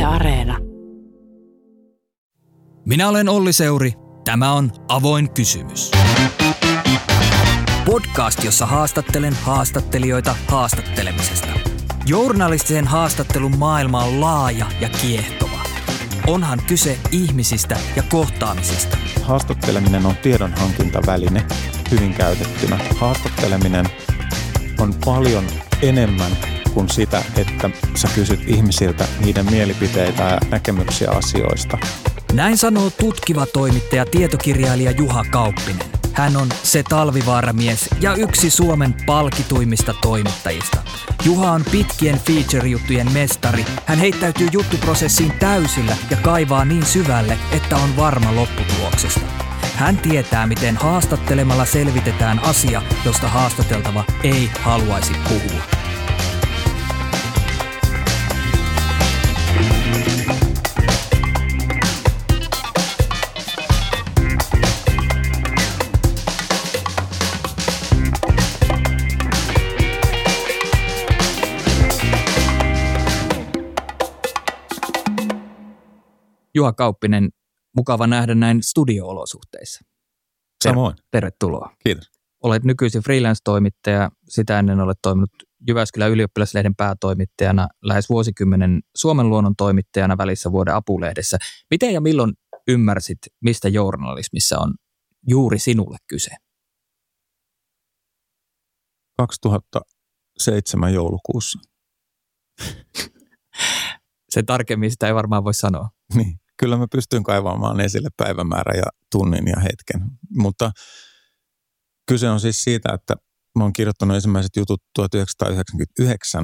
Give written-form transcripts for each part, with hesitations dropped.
Areena. Minä olen Olli Seuri. Tämä on Avoin kysymys. Podcast, jossa haastattelen haastattelijoita haastattelemisesta. Journalistisen haastattelun maailma on laaja ja kiehtova. Onhan kyse ihmisistä ja kohtaamisista. Haastatteleminen on tiedonhankintaväline hyvin käytettynä. Haastatteleminen on paljon enemmän kuin sitä, että sä kysyt ihmisiltä niiden mielipiteitä ja näkemyksiä asioista. Näin sanoo tutkiva toimittaja, tietokirjailija Juha Kauppinen. Hän on se talvivaaramies ja yksi Suomen palkituimmista toimittajista. Juha on pitkien feature-juttujen mestari. Hän heittäytyy juttuprosessiin täysillä ja kaivaa niin syvälle, että on varma lopputuloksesta. Hän tietää, miten haastattelemalla selvitetään asia, josta haastateltava ei haluaisi puhua. Juha Kauppinen, mukava nähdä näin studio-olosuhteissa. Samoin. Tervetuloa. Kiitos. Olet nykyisin freelance-toimittaja, sitä ennen olet toiminut Jyväskylän ylioppilaslehden päätoimittajana, lähes vuosikymmenen Suomen luonnon toimittajana, välissä vuoden Apulehdessä. Miten ja milloin ymmärsit, mistä journalismissa on juuri sinulle kyse? 2007 joulukuussa. Sen tarkemmin sitä ei varmaan voi sanoa. Niin, kyllä mä pystyn kaivaamaan esille päivämäärän ja tunnin ja hetken, mutta kyse on siis siitä, että mä oon kirjoittanut ensimmäiset jutut 1999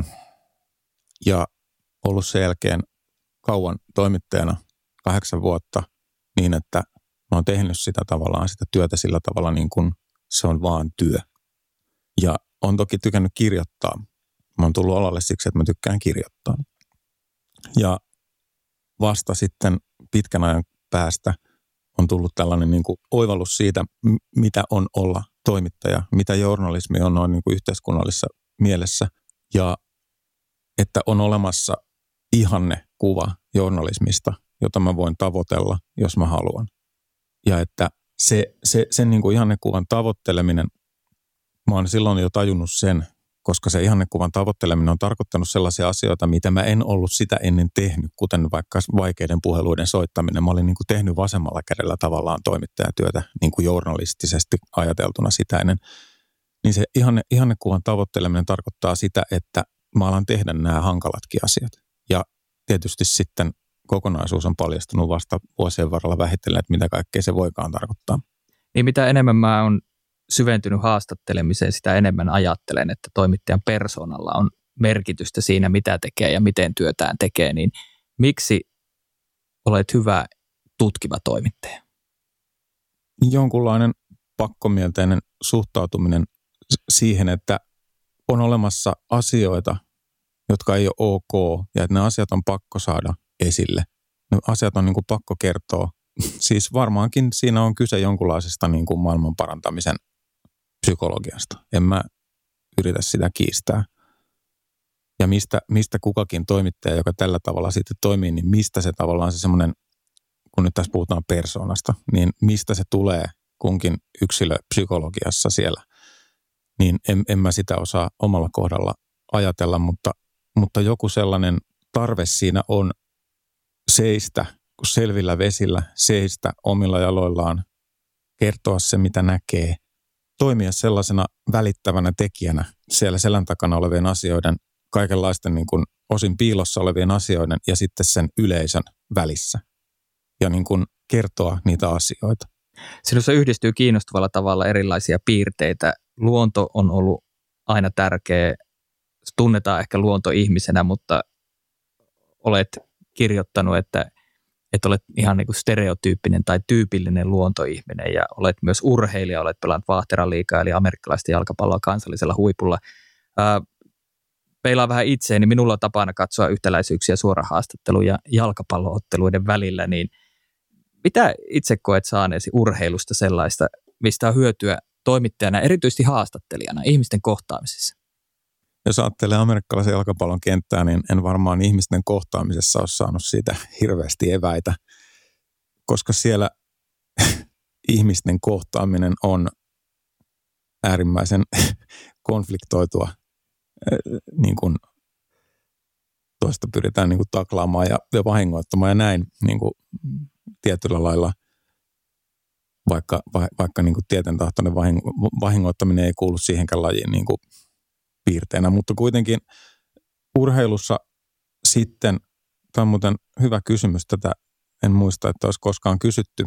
ja ollut sen jälkeen kauan toimittajana 8 vuotta niin, että mä oon tehnyt sitä tavallaan sitä työtä sillä tavalla niin kuin se on vaan työ. Ja on toki tykännyt kirjoittaa. Mä oon tullut alalle siksi, että mä tykkään kirjoittaa. Ja vasta sitten pitkän ajan päästä on tullut tällainen niin kuin oivallus siitä, mitä on olla toimittaja, mitä journalismi on noin niin kuin yhteiskunnallisessa mielessä ja että on olemassa ihannekuva journalismista, jota mä voin tavoitella, jos mä haluan. Ja että sen niin kuin ihannekuvan tavoitteleminen, mä oon silloin jo tajunnut sen, koska se ihannekuvan tavoitteleminen on tarkoittanut sellaisia asioita, mitä mä en ollut sitä ennen tehnyt, kuten vaikka vaikeiden puheluiden soittaminen. Mä olin niin kuin tehnyt vasemmalla kädellä tavallaan toimittajatyötä niin kuin journalistisesti ajateltuna sitä ennen. Niin se ihannekuvan tavoitteleminen tarkoittaa sitä, että mä alan tehdä nämä hankalatkin asiat. Ja tietysti sitten kokonaisuus on paljastunut vasta vuosien varrella vähitellen, että mitä kaikkea se voikaan tarkoittaa. Niin mitä enemmän mä oon syventynyt haastattelemiseen, sitä enemmän ajattelen, että toimittajan persoonalla on merkitystä siinä, mitä tekee ja miten työtään tekee, niin miksi olet hyvä tutkiva toimittaja? Jonkunlainen pakkomielteinen suhtautuminen siihen, että on olemassa asioita, jotka ei ole ok ja että ne asiat on pakko saada esille. Ne asiat on niin kuin pakko kertoa. Siis varmaankin siinä on kyse jonkunlaisesta niin kuin maailman parantamisen psykologiasta. En mä yritä sitä kiistää. Ja mistä kukakin toimittaja, joka tällä tavalla sitten toimii, niin mistä se tavallaan se semmoinen, kun nyt tässä puhutaan persoonasta, niin mistä se tulee kunkin yksilö psykologiassa siellä. Niin en mä sitä osaa omalla kohdalla ajatella, mutta joku sellainen tarve siinä on seistä selvillä vesillä, seistä omilla jaloillaan, kertoa se mitä näkee, toimia sellaisena välittävänä tekijänä siellä selän takana olevien asioiden, kaikenlaisten niin kuin osin piilossa olevien asioiden ja sitten sen yleisön välissä ja niin kuin kertoa niitä asioita. Sinussa yhdistyy kiinnostavalla tavalla erilaisia piirteitä. Luonto on ollut aina tärkeä. Tunnetaan ehkä luonto ihmisenä, mutta olet kirjoittanut, että olet ihan niin kuin stereotyyppinen tai tyypillinen luontoihminen ja olet myös urheilija, olet pelannut Vaahteraliigaa eli amerikkalaista jalkapalloa kansallisella huipulla. Peilaan vähän itseäni, minulla on tapana katsoa yhtäläisyyksiä suorahaastattelun ja jalkapallootteluiden välillä, niin mitä itse koet saaneesi urheilusta sellaista, mistä on hyötyä toimittajana, erityisesti haastattelijana, ihmisten kohtaamisessa? jos ajattelee amerikkalaisen jalkapallon kenttää, niin en varmaan ihmisten kohtaamisessa ole saanut siitä hirveästi eväitä, koska siellä ihmisten kohtaaminen on äärimmäisen konfliktoitua, niin kuin toista pyritään niin kuin taklaamaan ja vahingoittamaan ja näin niin kuin tietyllä lailla, vaikka niin kuin tietentahtoinen vahingoittaminen ei kuulu siihenkään lajiin niin kuin piirteinä, mutta kuitenkin urheilussa sitten, tämä on muuten hyvä kysymys, tätä en muista, että olisi koskaan kysytty,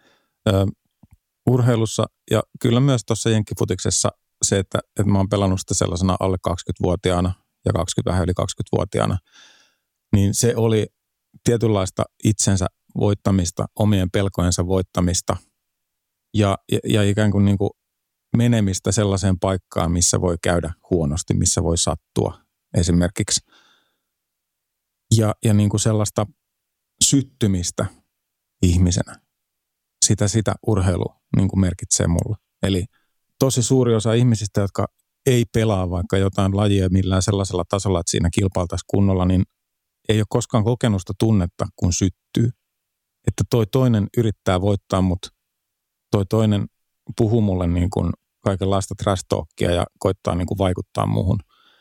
urheilussa ja kyllä myös tuossa jenkkifutiksessa se, että mä oon pelannut sitä sellaisena alle 20-vuotiaana ja vähän yli 20-vuotiaana, niin se oli tietynlaista itsensä voittamista, omien pelkojensa voittamista ja ikään kuin, menemistä sellaiseen paikkaan, missä voi käydä huonosti, missä voi sattua esimerkiksi. Ja niin kuin sellaista syttymistä ihmisenä. Sitä urheilu niin kuin merkitsee mulle. Eli tosi suuri osa ihmisistä, jotka ei pelaa vaikka jotain lajia millään sellaisella tasolla, että siinä kilpailtaisiin kunnolla, niin ei ole koskaan kokenut sitä tunnetta, kun syttyy. Että toi toinen yrittää voittaa, mutta toi toinen puhuu mulle niin kuin kaikenlaista trash talkia ja koittaa niin kuin vaikuttaa muuhun.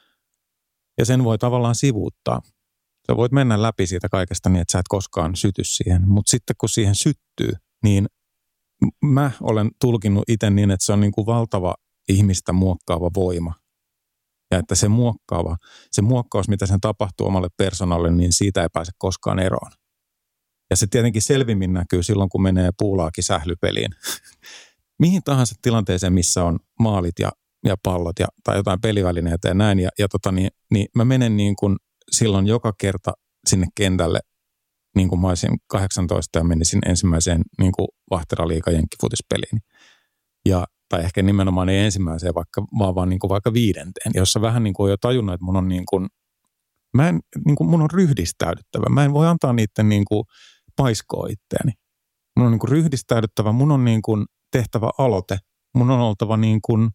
Ja sen voi tavallaan sivuuttaa. Sä voit mennä läpi siitä kaikesta niin, että sä et koskaan syty siihen. Mutta sitten kun siihen syttyy, niin mä olen tulkinnut itse niin, että se on niin kuin valtava ihmistä muokkaava voima. Ja että se muokkaus, mitä sen tapahtuu omalle persoonalle, niin siitä ei pääse koskaan eroon. Ja se tietenkin selvimmin näkyy silloin, kun menee puulaakin sählypeliin. Mihin tahansa tilanteeseen, missä on maalit ja pallot tai jotain pelivälineitä ja näin. Niin mä menen niin kuin silloin joka kerta sinne kentälle, niin kuin mä olisin 18 ja menisin ensimmäiseen niin kuin Vahteraliiga jenkkifutispeliin. Tai ehkä nimenomaan ei ensimmäiseen, vaan niin kuin vaikka 5, jossa vähän niin kuin on jo tajunnut, että mun on niin kuin, mun on ryhdistäydyttävä. Mä en voi antaa niiden niin kuin paiskoa itteeni. Mun on niin kuin ryhdistäydyttävä, mun on niin kuin tehtävä aloite, mun on oltava niin kuin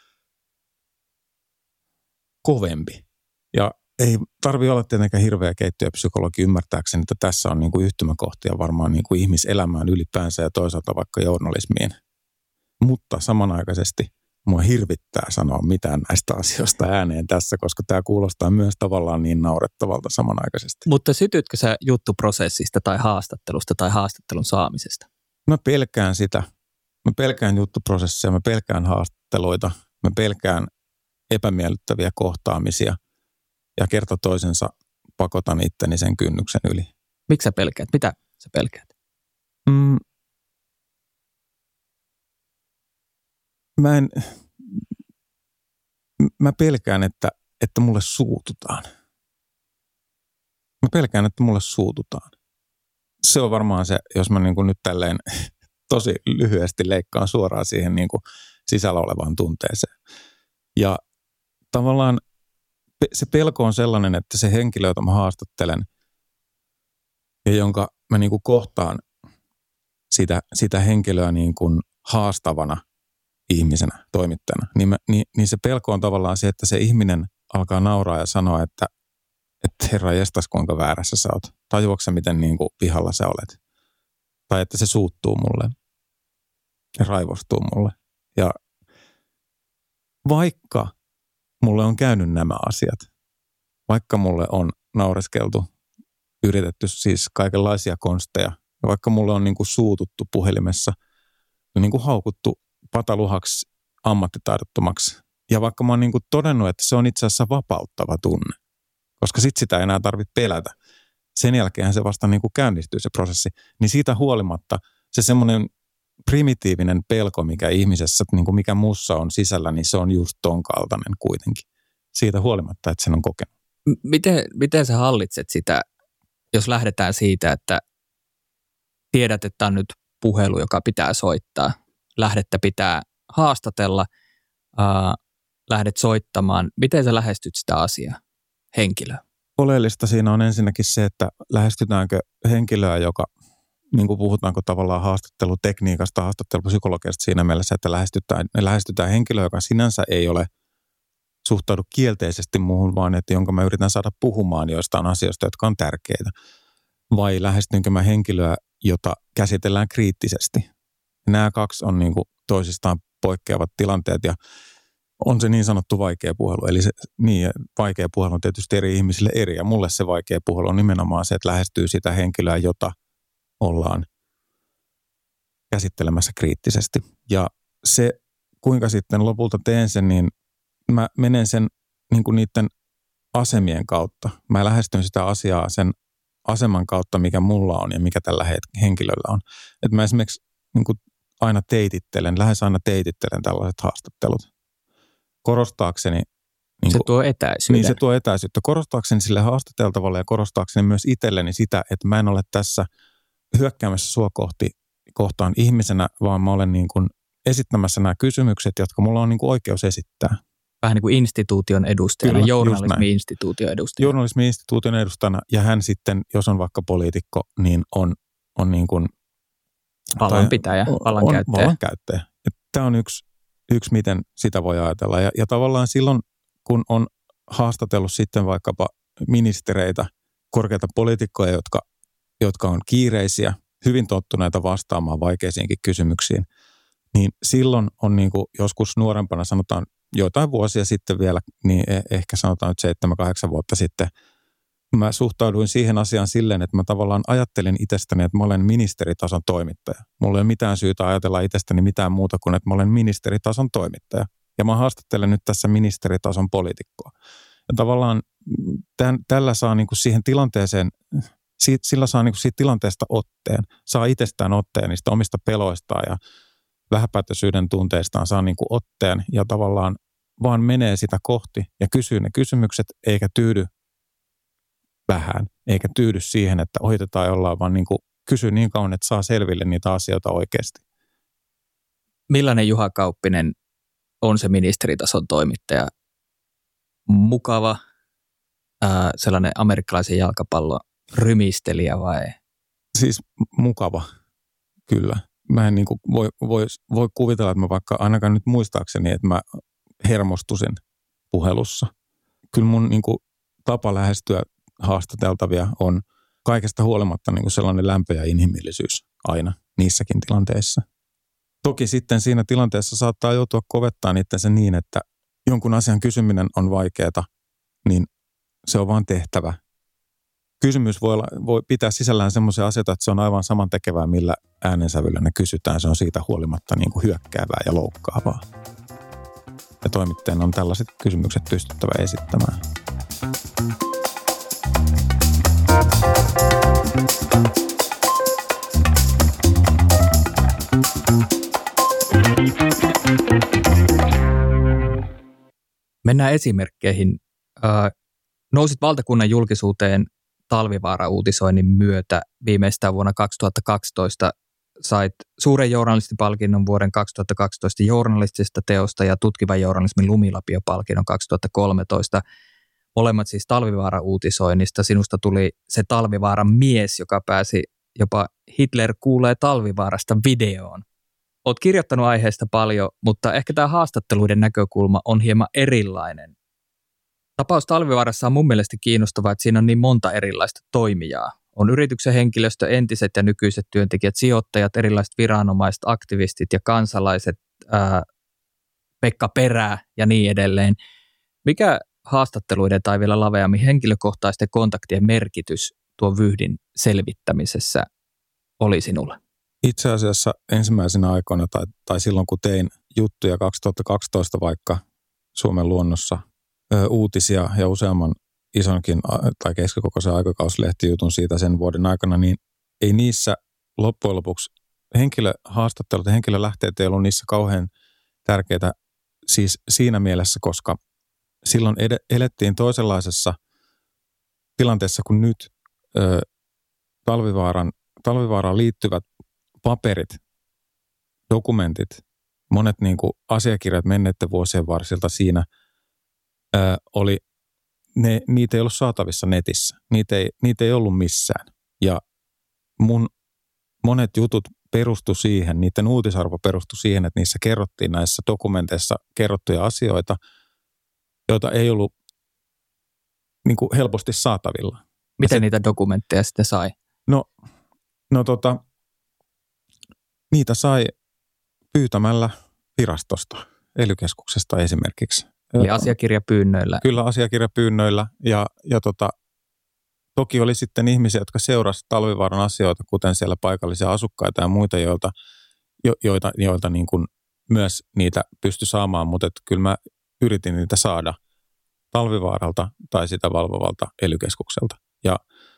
kovempi. Ja ei tarvitse olla tietenkään hirveä keittiöpsykologi ymmärtääkseni, että tässä on niin kuin yhtymäkohtia varmaan niin kuin ihmiselämään ylipäänsä ja toisaalta vaikka journalismiin. Mutta samanaikaisesti mua hirvittää sanoa mitään näistä asioista ääneen tässä, koska tämä kuulostaa myös tavallaan niin naurettavalta samanaikaisesti. Mutta sytytkö sä juttuprosessista tai haastattelusta tai haastattelun saamisesta? Mä pelkään sitä. Mä pelkään juttuprosessia, mä pelkään haastatteluita, mä pelkään epämiellyttäviä kohtaamisia ja kerta toisensa pakotan itteni sen kynnyksen yli. Miksi sä pelkäät? Mitä sä pelkäät? Mä pelkään, että mulle suututaan. Mä pelkään, että mulle suututaan. Se on varmaan se, jos mä niin kuin nyt tälleen tosi lyhyesti leikkaan suoraan siihen niin kuin sisällä olevaan tunteeseen. Ja tavallaan se pelko on sellainen, että se henkilö, jota mä haastattelen ja jonka mä niin kuin kohtaan sitä henkilöä niin kuin haastavana ihmisenä, toimittajana, niin se pelko on tavallaan se, että se ihminen alkaa nauraa ja sanoa, että herra jestas, kuinka väärässä sä oot. Tajuatko sä, miten niin kuin pihalla sä olet? Tai että se suuttuu mulle ja raivostuu mulle. Ja vaikka mulle on käynyt nämä asiat, vaikka mulle on naureskeltu, yritetty siis kaikenlaisia konsteja, ja vaikka mulle on niin kuin suututtu puhelimessa, niin kuin haukuttu pataluhaksi, ammattitaidottomaksi. Ja vaikka mä oon niin kuin todennut, että se on itse asiassa vapauttava tunne, koska sit sitä ei enää tarvitse pelätä. Sen jälkeen se vasta niin kuin käynnistyy se prosessi. Niin siitä huolimatta se semmoinen primitiivinen pelko, mikä ihmisessä, niin kuin mikä mussa on sisällä, niin se on just ton kaltainen kuitenkin. Siitä huolimatta, että sen on kokenut. Miten sä hallitset sitä, jos lähdetään siitä, että tiedät, että on nyt puhelu, joka pitää soittaa, lähdettä pitää haastatella, lähdet soittamaan. Miten sä lähestyt sitä asiaa, henkilöä? Oleellista siinä on ensinnäkin se, että lähestytäänkö henkilöä, joka, niin kuin puhutaanko tavallaan haastattelutekniikasta, haastattelupsykologiasta siinä mielessä, että lähestytään henkilöä, joka sinänsä ei ole suhtaudu kielteisesti muuhun, vaan että jonka mä yritän saada puhumaan joistain asioista, jotka on tärkeitä. Vai lähestynkö mä henkilöä, jota käsitellään kriittisesti. Nämä kaksi on niin kuin toisistaan poikkeavat tilanteet ja on se niin sanottu vaikea puhelu. Eli vaikea puhelu on tietysti eri ihmisille eri ja mulle se vaikea puhelu on nimenomaan se, että lähestyy sitä henkilöä, jota ollaan käsittelemässä kriittisesti. Ja se, kuinka sitten lopulta teen sen, niin mä menen sen niin kuin niiden asemien kautta. Mä lähestyn sitä asiaa sen aseman kautta, mikä mulla on ja mikä tällä henkilöllä on. Että mä esimerkiksi niin kuin lähes aina teitittelen tällaiset haastattelut. Korostaakseni. Se tuo etäisyyttä. Niin se tuo etäisyyttä. Korostaakseni sille haastateltavalle ja korostaakseni myös itselleni sitä, että mä en ole tässä hyökkäämässä sua kohtaan ihmisenä, vaan mä olen niin kuin esittämässä nämä kysymykset, jotka mulla on niin kuin oikeus esittää. Vähän niin kuin instituution edustajana, journalismi-instituution edustajana. Journalismi-instituution edustajana ja hän sitten, jos on vaikka poliitikko, niin on niin kuin vallanpitäjä, vallankäyttäjä. Tämä on yksi, miten sitä voi ajatella. Ja tavallaan silloin, kun on haastatellut sitten vaikkapa ministereitä, korkeita poliitikkoja, jotka on kiireisiä, hyvin tottuneita vastaamaan vaikeisiinkin kysymyksiin, niin silloin on niin kuin joskus nuorempana, sanotaan joitain vuosia sitten vielä, niin ehkä sanotaan nyt 7-8 vuotta sitten, mä suhtauduin siihen asiaan silleen, että mä tavallaan ajattelin itsestäni, että mä olen ministeritason toimittaja. Mulla ei ole mitään syytä ajatella itsestäni mitään muuta kuin, että mä olen ministeritason toimittaja. Ja mä haastattelen nyt tässä ministeritason poliitikkoa. Ja tavallaan tällä saa niinku siihen tilanteeseen, sillä saa niinku siitä tilanteesta otteen. Saa itsestään otteen niistä omista peloistaan ja vähäpätöisyyden tunteistaan saa niinku otteen ja tavallaan vaan menee sitä kohti ja kysyy ne kysymykset eikä tyydy vähän, eikä tyydy siihen, että ohitetaan jollain, vaan niin kuin kysyy niin kauan, että saa selville niitä asioita oikeasti. Millainen Juha Kauppinen on se ministeritason toimittaja? Mukava, sellainen amerikkalaisen jalkapallon rymistelijä vai? Siis mukava, kyllä. Mä en niin kuin voi kuvitella, että mä vaikka ainakaan nyt muistaakseni, että mä hermostusin puhelussa. Kyllä mun niin kuin tapa lähestyä haastateltavia on kaikesta huolimatta niin kuin sellainen lämpö ja inhimillisyys aina niissäkin tilanteissa. Toki sitten siinä tilanteessa saattaa joutua kovettaan itsensä niin, että jonkun asian kysyminen on vaikeaa, niin se on vaan tehtävä. Kysymys voi pitää sisällään semmoisia asioita, että se on aivan samantekevää, millä äänensävyllä ne kysytään. Se on siitä huolimatta niin kuin hyökkäävää ja loukkaavaa. Ja toimittajan on tällaiset kysymykset pystyttävä esittämään. Mennään esimerkkeihin. Nousit valtakunnan julkisuuteen Talvivaara-uutisoinnin myötä. Viimeistään vuonna 2012 sait suuren journalistipalkinnon vuoden 2012 journalistisesta teosta ja tutkivan journalismin Lumilapio-palkinnon 2013. Molemmat siis Talvivaara-uutisoinnista. Sinusta tuli se Talvivaaran mies, joka pääsi jopa Hitler kuulee Talvivaarasta videoon. Olet kirjoittanut aiheesta paljon, mutta ehkä tämä haastatteluiden näkökulma on hieman erilainen. Tapaus Talvivaarassa on mun mielestä kiinnostavaa, että siinä on niin monta erilaista toimijaa. On yrityksen henkilöstö, entiset ja nykyiset työntekijät, sijoittajat, erilaiset viranomaiset, aktivistit ja kansalaiset, Pekka Perää ja niin edelleen. Mikä haastatteluiden tai vielä laveammin henkilökohtaisten kontaktien merkitys tuon vyyhdin selvittämisessä oli sinulle? Itse asiassa ensimmäisenä aikoina tai silloin kun tein juttuja 2012 vaikka Suomen Luonnossa uutisia ja useamman isonkin tai keskikokoisen aikakauslehtijutun siitä sen vuoden aikana, niin ei niissä loppujen lopuksi henkilöhaastattelut ja henkilölähteet ei ollut niissä kauhean tärkeitä siis siinä mielessä, koska silloin elettiin toisenlaisessa tilanteessa kuin nyt. Talvivaaraan liittyvät paperit, dokumentit, monet niin kuin asiakirjat menneiden vuosien varsilta siinä niitä ei ollut saatavissa netissä. Niitä ei ollut missään. Ja mun monet jutut perustu siihen, niiden uutisarvo perustui siihen, että niissä kerrottiin näissä dokumenteissa kerrottuja asioita joita ei ollut niin kuin helposti saatavilla. Miten niitä dokumentteja sitten sai? No, niitä sai pyytämällä virastosta, ELY-keskuksesta esimerkiksi. Eli asiakirjapyynnöillä. Kyllä, asiakirjapyynnöillä ja toki oli sitten ihmisiä, jotka seurasivat Talvivaaran asioita, kuten siellä paikallisia asukkaita ja muita, joilta niin kuin myös niitä pystyi saamaan, mutta kyllä mä yritin niitä saada Talvivaaralta tai sitä valvovalta ELY-keskukselta. Ja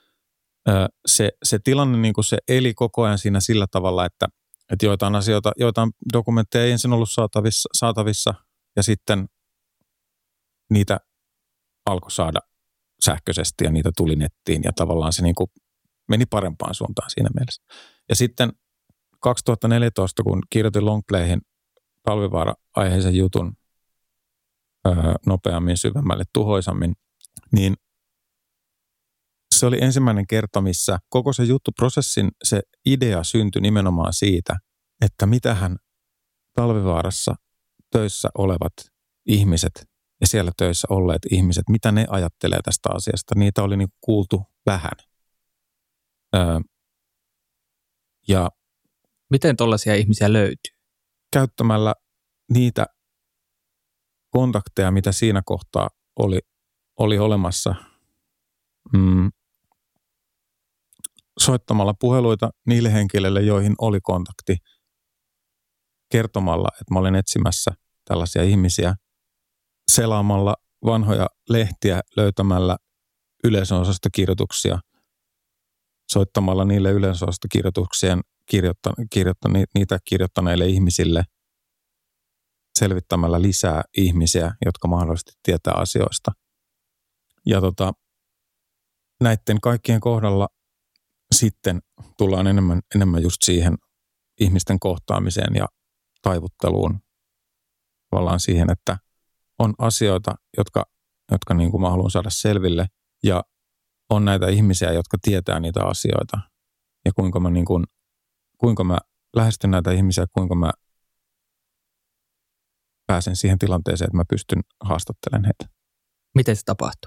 se tilanne niin kuin se eli koko ajan siinä sillä tavalla, että joitain dokumentteja ei ensin ollut saatavissa ja sitten niitä alkoi saada sähköisesti ja niitä tuli nettiin ja tavallaan se niin kuin meni parempaan suuntaan siinä mielessä. Ja sitten 2014, kun kirjoitin Longplayhin Talvivaara-aiheisen jutun nopeammin, syvemmälle, tuhoisammin, niin se oli ensimmäinen kerta, missä koko se juttuprosessin se idea syntyi nimenomaan siitä, että mitähän Talvivaarassa töissä olevat ihmiset ja siellä töissä olleet ihmiset, mitä ne ajattelee tästä asiasta. Niitä oli niin kuultu vähän. Ja miten tollaisia ihmisiä löytyy? Käyttämällä niitä kontakteja, mitä siinä kohtaa oli olemassa. Soittamalla puheluita niille henkilöille, joihin oli kontakti, kertomalla, että mä olin etsimässä tällaisia ihmisiä, selaamalla vanhoja lehtiä, löytämällä yleisönosastokirjoituksia, soittamalla niille yleisönosastokirjoituksien niitä kirjoittaneille ihmisille, selvittämällä lisää ihmisiä, jotka mahdollisesti tietää asioista. Ja näiden kaikkien kohdalla sitten tullaan enemmän just siihen ihmisten kohtaamiseen ja taivutteluun. Tavallaan siihen, että on asioita, jotka niin kuin mä haluan saada selville ja on näitä ihmisiä, jotka tietää niitä asioita ja kuinka mä lähestyn näitä ihmisiä, kuinka mä pääsen siihen tilanteeseen, että mä pystyn haastattelemaan heitä. Miten se tapahtuu?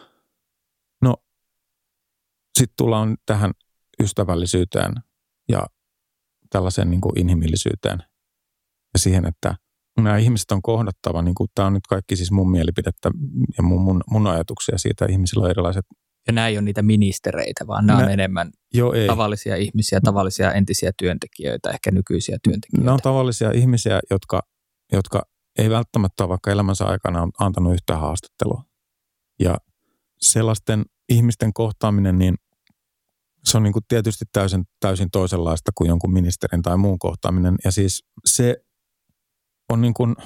No, sitten tullaan tähän ystävällisyyteen ja tällaiseen niin kuin inhimillisyyteen ja siihen, että nämä ihmiset on kohdattava, niin kuin tämä on nyt kaikki siis mun mielipidettä ja mun ajatuksia siitä, ihmisillä on erilaiset. Ja nämä ei ole niitä ministereitä, vaan nämä on enemmän tavallisia ihmisiä, tavallisia entisiä työntekijöitä, ehkä nykyisiä työntekijöitä. Nämä on tavallisia ihmisiä, jotka ei välttämättä ole vaikka elämänsä aikana antanut yhtään haastattelua. Ja sellaisten ihmisten kohtaaminen, niin se on niin kuin tietysti täysin toisenlaista kuin jonkun ministerin tai muun kohtaaminen. Ja siis se on niin kuin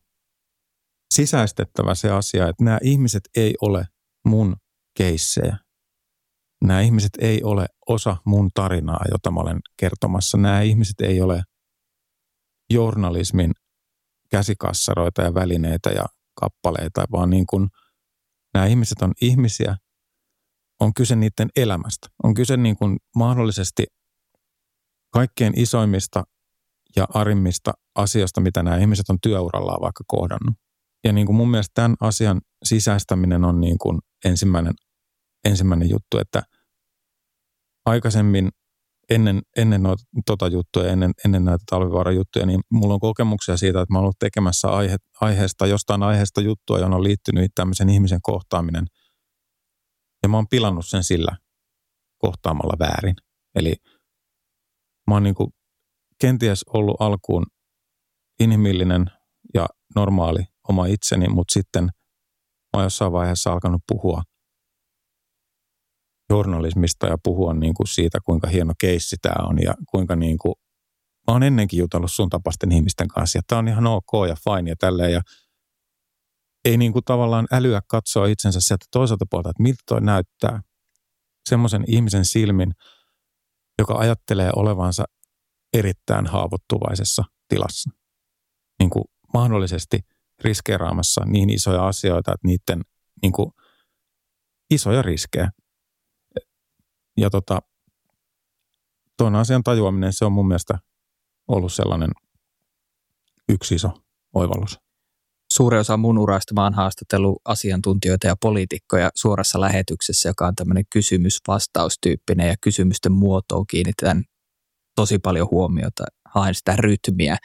sisäistettävä se asia, että nämä ihmiset ei ole mun keissejä. Nämä ihmiset ei ole osa mun tarinaa, jota mä olen kertomassa. Nämä ihmiset ei ole journalismin käsikassaroita ja välineitä ja kappaleita, vaan niin kuin nämä ihmiset on ihmisiä, on kyse niiden elämästä. On kyse niin kuin mahdollisesti kaikkein isoimmista ja arimmista asioista, mitä nämä ihmiset on työurallaan vaikka kohdannut. Ja niin kuin mun mielestä tämän asian sisäistäminen on niin kuin ensimmäinen juttu, että aikaisemmin ennen tuota juttuja, ennen näitä Talvivaaran juttuja, niin mulla on kokemuksia siitä, että mä oon ollut tekemässä jostain aiheesta juttua, johon on liittynyt tämmöisen ihmisen kohtaaminen. Ja mä oon pilannut sen sillä kohtaamalla väärin. Eli mä oon niin kuin kenties ollut alkuun inhimillinen ja normaali oma itseni, mutta sitten mä oon jossain vaiheessa alkanut puhua journalismista ja puhua niin kuin siitä, kuinka hieno keissi tämä on ja kuinka niin kuin, mä oon ennenkin jutellut sun tapaisten ihmisten kanssa ja tää on ihan ok ja fine ja tälleen ja ei niin kuin tavallaan älyä katsoa itsensä sieltä toiselta puolta, että miltä toi näyttää semmoisen ihmisen silmin, joka ajattelee olevansa erittäin haavoittuvaisessa tilassa. Niin kuin mahdollisesti riskeeraamassa niin isoja asioita, että niiden niin kuin isoja riskejä. Ja tuon asian tajuaminen, se on mun mielestä ollut sellainen yksi iso oivallus. suuri osa mun urasta mä oon haastatellut asiantuntijoita ja poliitikkoja suorassa lähetyksessä, joka on tämmöinen kysymys-vastaustyyppinen ja kysymysten muotoon kiinnitän tosi paljon huomiota, haen sitä rytmiä.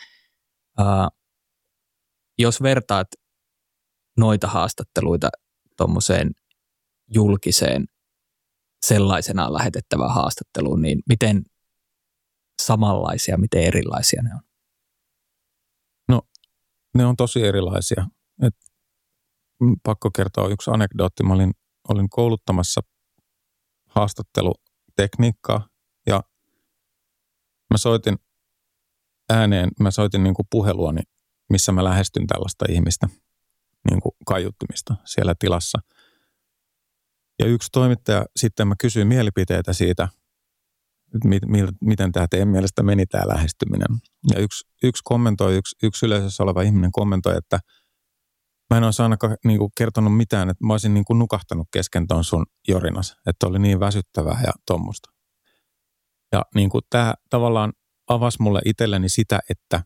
Jos vertaat noita haastatteluita tuommoiseen julkiseen sellaisenaan lähetettävään haastatteluun, niin miten samanlaisia, miten erilaisia ne on? No, ne on tosi erilaisia. Pakko kertoa yksi anekdootti. Mä olin kouluttamassa haastattelutekniikkaa ja mä soitin ääneen, niin kuin puheluani, missä mä lähestyn tällaista ihmistä niin kuin kaiuttimista siellä tilassa. Ja yksi toimittaja sitten mä kysyin mielipiteitä siitä, miten tämä teidän mielestä meni tämä lähestyminen. Ja yksi yleisössä oleva ihminen kommentoi, että mä en olisi ainakaan niin kuin kertonut mitään, että mä olisin niin kuin nukahtanut kesken ton sun jorinas, että oli niin väsyttävää ja tommoista. Ja niin kuin tämä tavallaan avasi mulle itselleni sitä, että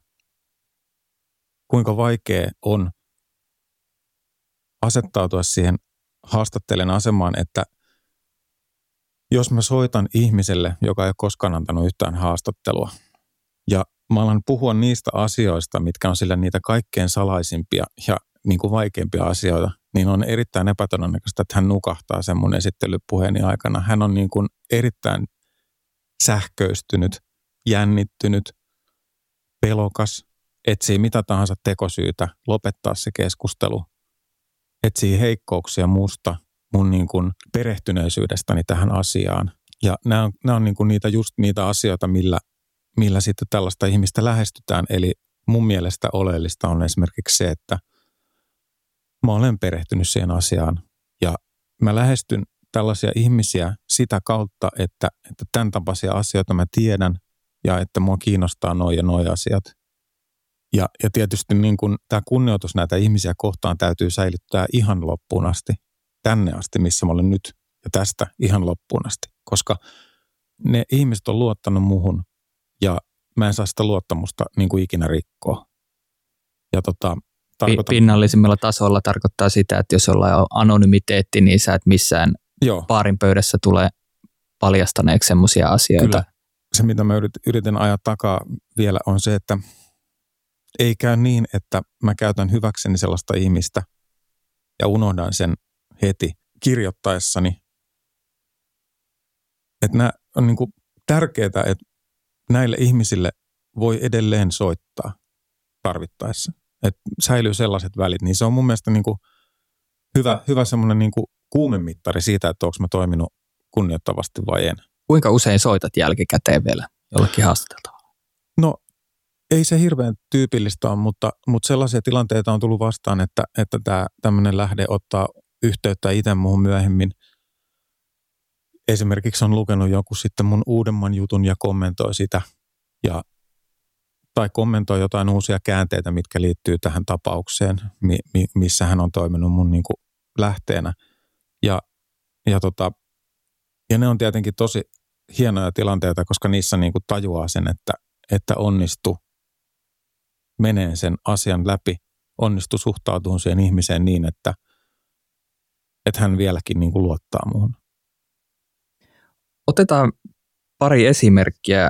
kuinka vaikea on asettautua siihen haastattelijan asemaan, että jos mä soitan ihmiselle, joka ei ole koskaan antanut yhtään haastattelua, ja mä alan puhua niistä asioista, mitkä on sille niitä kaikkein salaisimpia ja niin kuin vaikeimpia asioita, niin on erittäin epätodennäköistä, että hän nukahtaa sen mun esittelypuheeni aikana. Hän on niin kuin erittäin sähköistynyt, jännittynyt, pelokas, etsii mitä tahansa tekosyytä lopettaa se keskustelu, etsii heikkouksia musta, mun niin kuin perehtyneisyydestäni tähän asiaan. Ja nämä on niin kuin just niitä asioita, millä sitten tällaista ihmistä lähestytään. Eli mun mielestä oleellista on esimerkiksi se, että mä olen perehtynyt siihen asiaan ja mä lähestyn tällaisia ihmisiä sitä kautta, että tämän tapaisia asioita mä tiedän ja että mua kiinnostaa noi asiat. Ja tietysti niin kuin tämä kunnioitus näitä ihmisiä kohtaan täytyy säilyttää ihan loppuun asti, tänne asti, missä mä olen nyt ja tästä ihan loppuun asti, koska ne ihmiset on luottanut muhun ja mä en saa sitä luottamusta niin kuin ikinä rikkoa. Ja pinnallisimmilla tasolla tarkoittaa sitä, että jos ollaan anonymiteetti, niin sä et missään baarin pöydässä tule paljastaneeksi semmoisia asioita. Kyllä. Se, mitä mä yritän ajaa takaa vielä, on se, että ei käy niin, että mä käytän hyväkseni sellaista ihmistä ja unohdan sen heti kirjoittaessani. Että nämä on niin kuin tärkeää, että näille ihmisille voi edelleen soittaa tarvittaessa. Että säilyy sellaiset välit, niin se on mun mielestä niin kuin hyvä semmoinen niin kuin kuumemittari siitä, että onko mä toiminut kunnioittavasti vai en. Kuinka usein soitat jälkikäteen vielä jollekin haastateltavalla? No ei se hirveän tyypillistä ole, mutta sellaisia tilanteita on tullut vastaan, että tämä tämmöinen lähde ottaa yhteyttä itse muuhun myöhemmin. Esimerkiksi on lukenut joku sitten mun uudemman jutun ja kommentoi sitä tai kommentoi jotain uusia käänteitä, mitkä liittyy tähän tapaukseen, missä hän on toiminut mun niin kuin lähteenä. Ja ne on tietenkin tosi hienoja tilanteita, koska niissä niin kuin tajuaa sen, että onnistu menee sen asian läpi, onnistu suhtautumaan siihen ihmiseen niin, että hän vieläkin niin kuin luottaa muuhun. Otetaan pari esimerkkiä.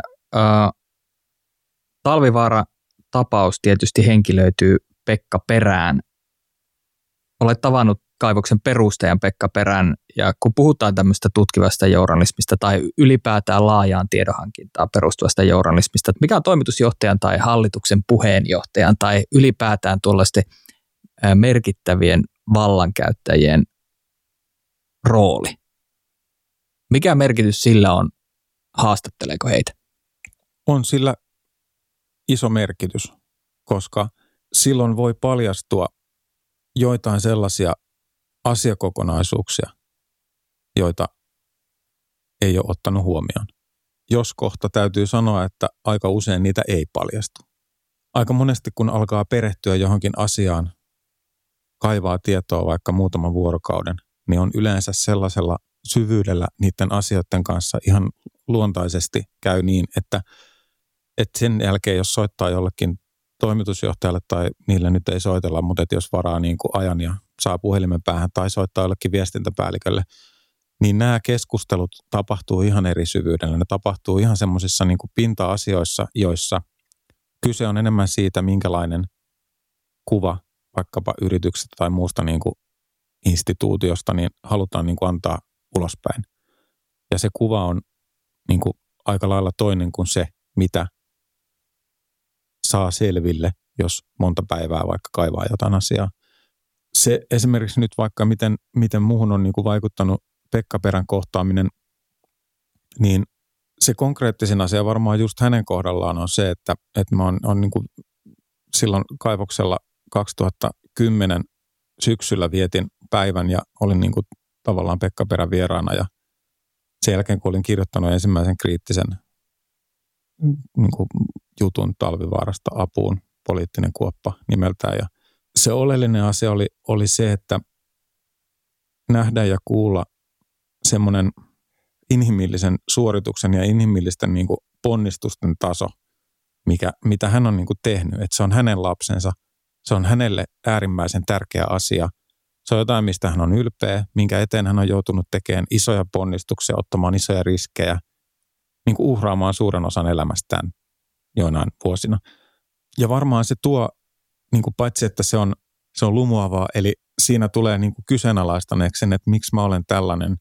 Talvivaara-tapaus tietysti henkilöityy Pekka Perään. Olet tavannut kaivoksen perustajan Pekka Perään, ja kun puhutaan tämmöistä tutkivasta journalismista tai ylipäätään laajaan tiedonhankintaan perustuvasta journalismista, että mikä on toimitusjohtajan tai hallituksen puheenjohtajan tai ylipäätään tuollaisten merkittävien vallankäyttäjien rooli? Mikä merkitys sillä on? Haastatteleeko heitä? On sillä iso merkitys, koska silloin voi paljastua joitain sellaisia asiakokonaisuuksia, joita ei ole ottanut huomioon. Jos kohta täytyy sanoa, että aika usein niitä ei paljastu. Aika monesti, kun alkaa perehtyä johonkin asiaan, kaivaa tietoa vaikka muutaman vuorokauden, niin on yleensä sellaisella syvyydellä niiden asioiden kanssa ihan luontaisesti käy niin, että sen jälkeen, jos soittaa jollekin toimitusjohtajalle tai niille nyt ei soitella, mutta että jos varaa niin kuin ajan ja saa puhelimen päähän tai soittaa jollekin viestintäpäällikölle, niin nämä keskustelut tapahtuu ihan eri syvyydellä. Ne tapahtuu ihan semmoisissa niin kuin pinta-asioissa, joissa kyse on enemmän siitä, minkälainen kuva vaikkapa yrityksestä tai muusta niin kuin instituutiosta niin halutaan niin kuin antaa ulospäin. Ja se kuva on niin kuin aika lailla toinen kuin se, mitä saa selville, jos monta päivää vaikka kaivaa jotain asiaa. Se esimerkiksi nyt vaikka miten muuhun on niin kuin vaikuttanut Pekka Perän kohtaaminen, niin se konkreettisin asia varmaan just hänen kohdallaan on se, että mä on niin kuin silloin kaivoksella 2010 syksyllä vietin päivän ja olin niin kuin tavallaan Pekka Perän vieraana ja sen jälkeen kun olin kirjoittanut ensimmäisen kriittisen niin kuin jutun Talvivaarasta apuun, poliittinen kuoppa nimeltään ja se oleellinen asia oli se, että nähdä ja kuulla semmoinen inhimillisen suorituksen ja inhimillisten niin kuin ponnistusten taso, mitä hän on niin kuin tehnyt. Että se on hänen lapsensa, se on hänelle äärimmäisen tärkeä asia. Se on jotain, mistä hän on ylpeä, minkä eteen hän on joutunut tekemään isoja ponnistuksia, ottamaan isoja riskejä, niin kuin uhraamaan suuren osan elämästään joinain vuosina. Ja varmaan se tuo, niin kuin paitsi että se on lumuavaa, eli siinä tulee niin kuin kyseenalaistaneeksi sen, että miksi mä olen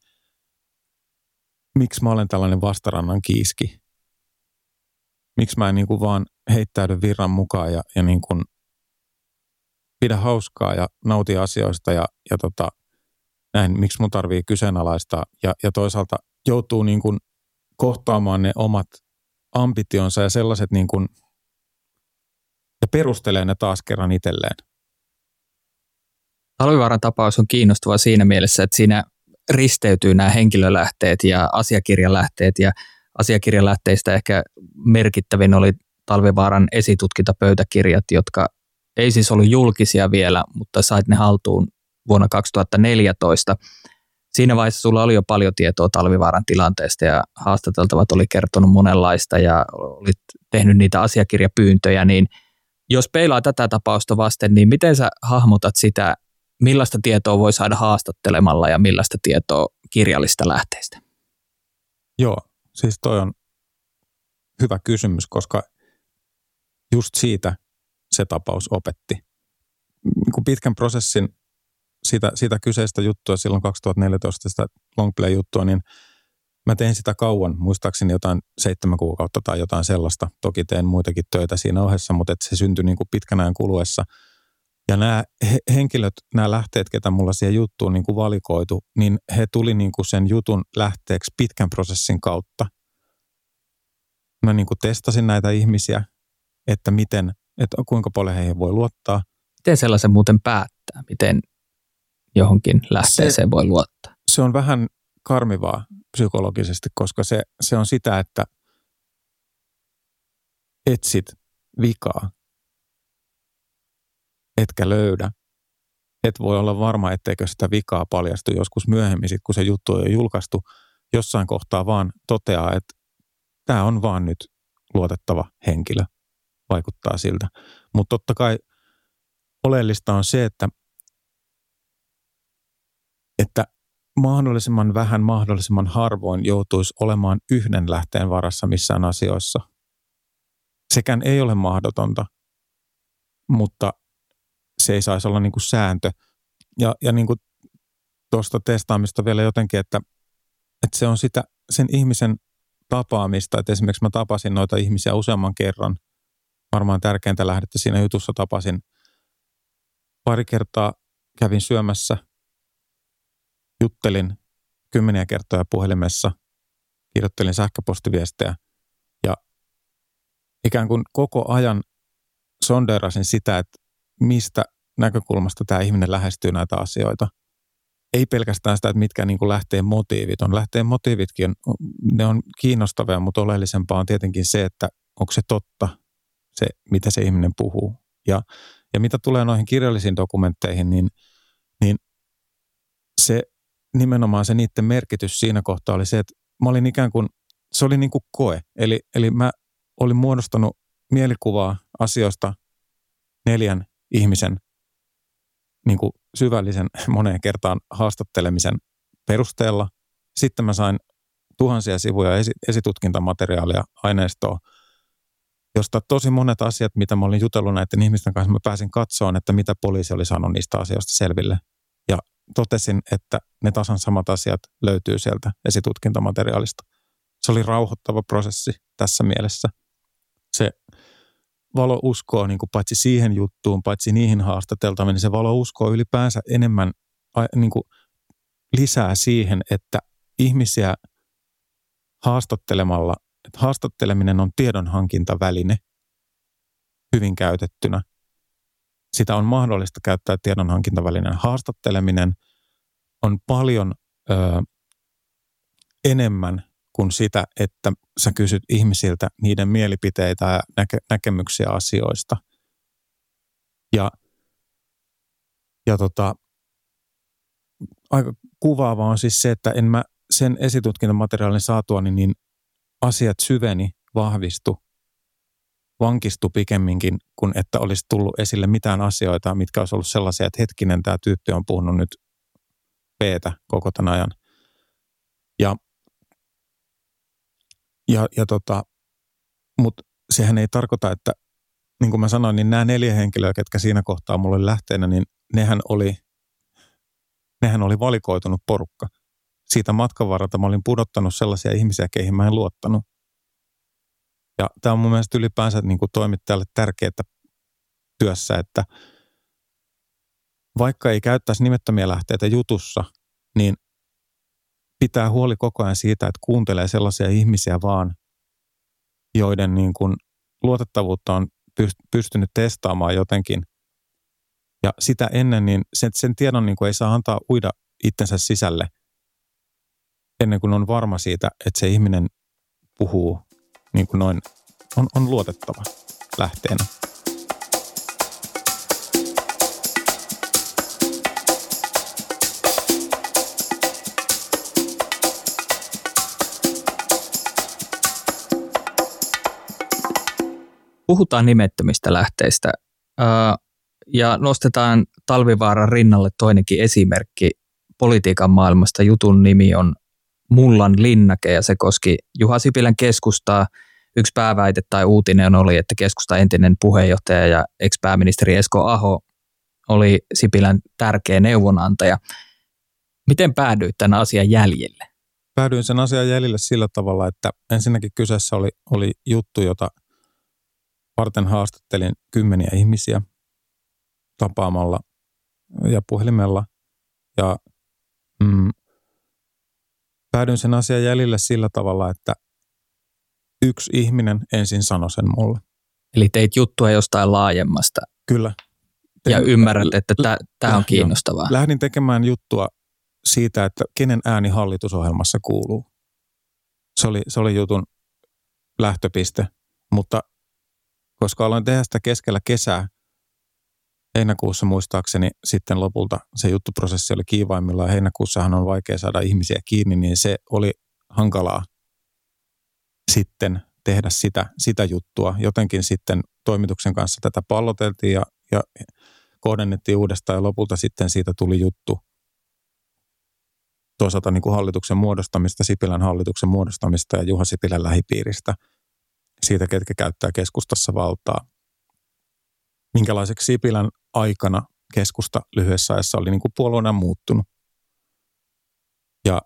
tällainen vastarannan kiiski. Miksi mä en niin kuin vaan heittäydy virran mukaan ja niin kuin pidä hauskaa ja nauti asioista ja näin, miksi mun tarvii kyseenalaistaa ja toisaalta joutuu niin kuin kohtaamaan ne omat ambitionsa ja sellaiset niin kuin, ja perustelee ne taas kerran itselleen. Talvivaaran tapaus on kiinnostava siinä mielessä, että siinä risteytyy nämä henkilölähteet ja asiakirjalähteet ja asiakirjalähteistä ehkä merkittävin oli Talvivaaran esitutkintapöytäkirjat, jotka ei siis ollut julkisia vielä, mutta sait ne haltuun vuonna 2014. Siinä vaiheessa sulla oli jo paljon tietoa Talvivaaran tilanteesta ja haastateltavat oli kertonut monenlaista ja olit tehnyt niitä asiakirjapyyntöjä, niin jos peilaa tätä tapausta vasten, niin miten sä hahmotat sitä, millaista tietoa voi saada haastattelemalla ja millaista tietoa kirjallista lähteistä? Joo, siis toi on hyvä kysymys, koska just siitä se tapaus opetti. Niin pitkän prosessin sitä kyseistä juttua silloin 2014, sitä longplay-juttua, niin mä tein sitä kauan, muistaakseni jotain 7 kuukautta tai jotain sellaista. Toki tein muitakin töitä siinä ohessa, mutta se syntyi niin kuin pitkän ajan kuluessa. Ja nämä henkilöt, nämä lähteet, ketä mulla siihen juttuun niin kuin valikoitu, niin he tuli niin kuin sen jutun lähteeksi pitkän prosessin kautta. Mä niin kuin testasin näitä ihmisiä, että kuinka paljon heihin voi luottaa. Miten sellaisen muuten päättää? Miten johonkin lähteeseen voi luottaa? Se on vähän karmivaa psykologisesti, koska se on sitä, että etsit vikaa, etkä löydä. Et voi olla varma, etteikö sitä vikaa paljastu joskus myöhemmin, sit kun se juttu on jo julkaistu. Jossain kohtaa vaan toteaa, että tämä on vaan nyt luotettava henkilö. Vaikuttaa siltä. Mutta totta kai oleellista on se, että mahdollisimman vähän, mahdollisimman harvoin joutuisi olemaan yhden lähteen varassa missään asioissa. Sekään ei ole mahdotonta, mutta se ei saisi olla niin kuin sääntö. Ja niin kuin tuosta testaamista vielä jotenkin, että se on sitä sen ihmisen tapaamista. Että esimerkiksi mä tapasin noita ihmisiä useamman kerran. Varmaan tärkeintä lähdettä siinä jutussa tapasin. Pari kertaa kävin syömässä, juttelin 10 kertoja puhelimessa, kirjoittelin sähköpostiviestejä ja ikään kuin koko ajan sondeerasin sitä, että mistä näkökulmasta tämä ihminen lähestyy näitä asioita. Ei pelkästään sitä, että mitkä niin kuin lähteen motiivit on. Lähteen motiivitkin, ne on kiinnostavia, mutta oleellisempaa on tietenkin se, että onko se totta, se mitä se ihminen puhuu. Ja mitä tulee noihin kirjallisiin dokumentteihin, niin se nimenomaan se niiden merkitys siinä kohtaa oli se, että mä olin ikään kuin, se oli niin kuin koe. Eli mä olin muodostanut mielikuvaa asioista 4 ihmisen niin kuin syvällisen moneen kertaan haastattelemisen perusteella. Sitten mä sain tuhansia sivuja esitutkintamateriaalia, aineistoa, josta tosi monet asiat, mitä mä olin jutellut näiden ihmisten kanssa, mä pääsin katsomaan, että mitä poliisi oli saanut niistä asioista selville. Ja totesin, että ne tasan samat asiat löytyy sieltä esitutkintamateriaalista. Se oli rauhoittava prosessi tässä mielessä. Se valo uskoo niin kuin paitsi siihen juttuun, paitsi niihin haastateltaviin, niin se valo uskoo ylipäänsä enemmän niin kuin lisää siihen, että ihmisiä haastattelemalla, että haastatteleminen on tiedonhankintaväline hyvin käytettynä. Sitä on mahdollista käyttää tiedonhankintavälineen. Haastatteleminen on paljon enemmän kuin sitä, että sä kysyt ihmisiltä niiden mielipiteitä ja näkemyksiä asioista. Ja aika kuvaava on siis se, että en mä sen esitutkintamateriaalin saatuani, niin asiat syveni, vahvistu, vankistu pikemminkin, kuin että olisi tullut esille mitään asioita, mitkä olisi ollut sellaisia, että hetkinen, tämä tyyppi on puhunut nyt P-tä koko tämän ajan. Mutta sehän ei tarkoita, että niin kuin mä sanoin, niin nämä 4 henkilöä, ketkä siinä kohtaa mulle oli lähteenä, niin nehän oli valikoitunut porukka. Siitä matkan varrelta mä olin pudottanut sellaisia ihmisiä, keihin mä en luottanut. Ja tämä on mun mielestä ylipäänsä niin kuin toimittajalle tärkeää työssä, että vaikka ei käyttäisi nimettömiä lähteitä jutussa, niin pitää huoli koko ajan siitä, että kuuntelee sellaisia ihmisiä vaan, joiden niin kuin luotettavuutta on pystynyt testaamaan jotenkin. Ja sitä ennen, niin sen tiedon niin kuin ei saa antaa uida itsensä sisälle ennen kuin on varma siitä, että se ihminen puhuu niin kuin noin, on luotettava lähteenä. Puhutaan nimettömistä lähteistä ja nostetaan Talvivaaran rinnalle toinenkin esimerkki politiikan maailmasta. Jutun nimi on Mullan linnake ja se koski Juha Sipilän keskustaa. Yksi pääväite tai uutinen oli, että keskustan entinen puheenjohtaja ja ex-pääministeri Esko Aho oli Sipilän tärkeä neuvonantaja. Miten päädyit tämän asian jäljille? Päädyin sen asian jäljille sillä tavalla, että ensinnäkin kyseessä oli juttu, jota varten haastattelin 10 ihmisiä tapaamalla ja puhelimella. Ja päädyin sen asian jäljille sillä tavalla, että yksi ihminen ensin sanoi sen mulle. Eli teit juttua jostain laajemmasta. Kyllä. Ja ymmärrät, että tämä on kiinnostavaa. Lähdin tekemään juttua siitä, että kenen ääni hallitusohjelmassa kuuluu. Se oli jutun lähtöpiste, mutta koska aloin tehdä sitä keskellä kesää, heinäkuussa muistaakseni sitten lopulta se juttuprosessi oli kiivaimmillaan. Heinäkuussahan on vaikea saada ihmisiä kiinni, niin se oli hankalaa sitten tehdä sitä juttua. Jotenkin sitten toimituksen kanssa tätä palloteltiin ja kohdennettiin uudestaan ja lopulta sitten siitä tuli juttu. Toisaalta niin kuin hallituksen muodostamista, Sipilän hallituksen muodostamista ja Juha Sipilän lähipiiristä. Siitä, ketkä käyttää keskustassa valtaa. Minkälaiseksi Sipilän aikana keskusta lyhyessä ajassa oli niin kuin puolueena muuttunut. Ja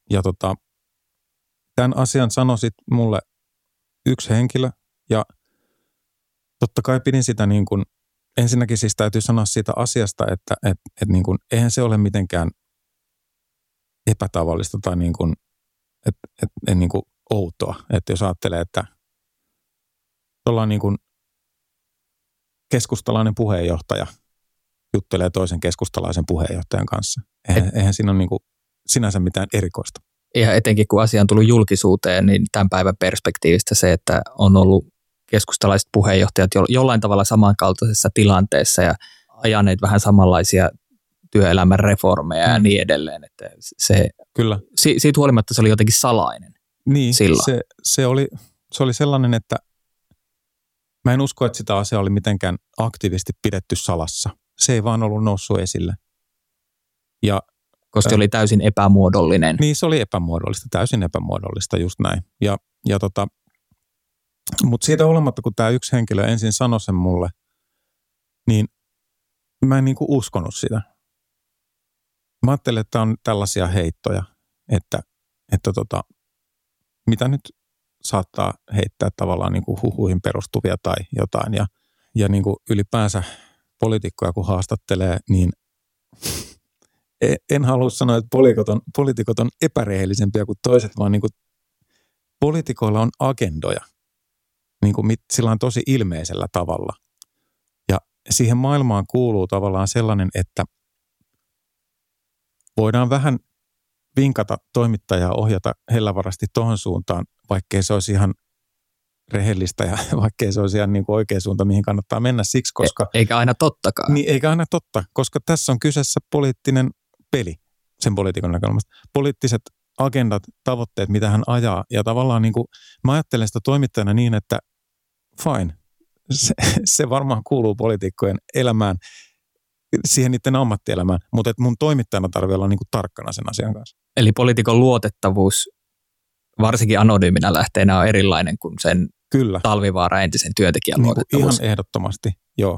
tämän asian sanoi sitten mulle yksi henkilö ja totta kai pidin sitä niin kuin, ensinnäkin siis täytyy sanoa siitä asiasta, että niin kuin, eihän se ole mitenkään epätavallista tai niin kuin, niin kuin outoa, että jos ajattelee, että ollaan niin kuin keskustalainen puheenjohtaja juttelee toisen keskustalaisen puheenjohtajan kanssa. Eihän siinä ole niin kuin sinänsä mitään erikoista. Ja etenkin kun asia on tullut julkisuuteen, niin tämän päivän perspektiivistä se, että on ollut keskustalaiset puheenjohtajat jollain tavalla samankaltaisessa tilanteessa ja ajaneet vähän samanlaisia työelämän reformeja ja niin edelleen. Että se, kyllä. Siitä huolimatta se oli jotenkin salainen niin, silloin. Se oli sellainen, että Mä en usko, että sitä asiaa oli mitenkään aktiivisesti pidetty salassa. Se ei vaan ollut noussut esille. Koska se oli täysin epämuodollinen. Niin, se oli epämuodollista, täysin epämuodollista, just näin. Mutta siitä olematta, kun tämä yksi henkilö ensin sanoi sen mulle, niin mä en niinku uskonut sitä. Mä ajattelin, että on tällaisia heittoja, että mitä nyt saattaa heittää tavallaan niinku huhuihin perustuvia tai jotain. Ja niinku ylipäänsä poliitikkoja, kun haastattelee, niin en halua sanoa, että poliitikot on epärehellisempiä kuin toiset, vaan niinku poliitikoilla on agendoja niinku sillä on tosi ilmeisellä tavalla. Ja siihen maailmaan kuuluu tavallaan sellainen, että voidaan vähän vinkata toimittajaa, ohjata hellävarasti tohon suuntaan, vaikkei se olisi ihan rehellistä ja vaikkei se olisi ihan niin kuin oikea suunta, mihin kannattaa mennä siksi, koska... Eikä aina tottakaan. Niin, eikä aina totta, koska tässä on kyseessä poliittinen peli sen poliitikon näkökulmasta. Poliittiset agendat, tavoitteet, mitä hän ajaa ja tavallaan niin kuin, mä ajattelen sitä toimittajana niin, että fine, se varmaan kuuluu poliitikkojen elämään, siihen niiden ammattielämään, mutta mun toimittajana tarvitsee olla niin kuin tarkkana sen asian kanssa. Eli poliitikon luotettavuus, varsinkin anonyyminä lähteenä, on erilainen kuin sen Kyllä. Talvivaara entisen työntekijän niin luotettavuus. Ihan ehdottomasti, joo.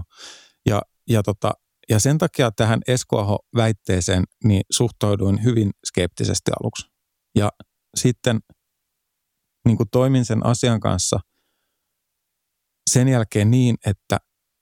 Ja sen takia tähän Esko Aho-väitteeseen niin suhtauduin hyvin skeptisesti aluksi. Ja sitten niin kuin toimin sen asian kanssa sen jälkeen niin, että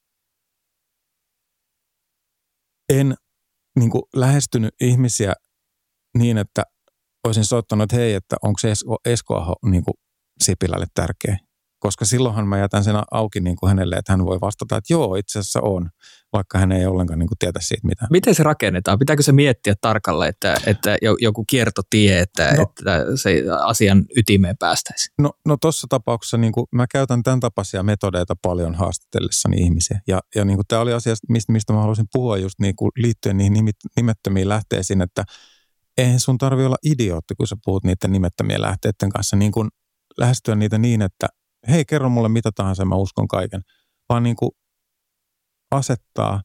en niin kuin lähestynyt ihmisiä niin, että olisin soittanut, että hei, että onko se Esko Aho niin kuin Sipilälle tärkeä. Koska silloinhan mä jätän sen auki niin kuin hänelle, että hän voi vastata, että joo, itse asiassa on, vaikka hän ei ollenkaan niin kuin tietä siitä mitään. Miten se rakennetaan? Pitääkö se miettiä tarkalle, että joku kiertotie, että se asian ytimeen päästäisiin? No tuossa tapauksessa niin kuin mä käytän tämän tapaisia metodeita paljon haastatellessani ihmisiä. Ja niin kuin tämä oli asia, mistä mä haluaisin puhua just niin kuin liittyen niihin nimettömiin lähteisiin, että eihän sun tarvitse olla idiootti, kun sä puhut niiden nimettömien lähteiden kanssa, niin kuin lähestyä niitä niin, että hei, kerro mulle mitä tahansa, mä uskon kaiken. Vaan niin kuin asettaa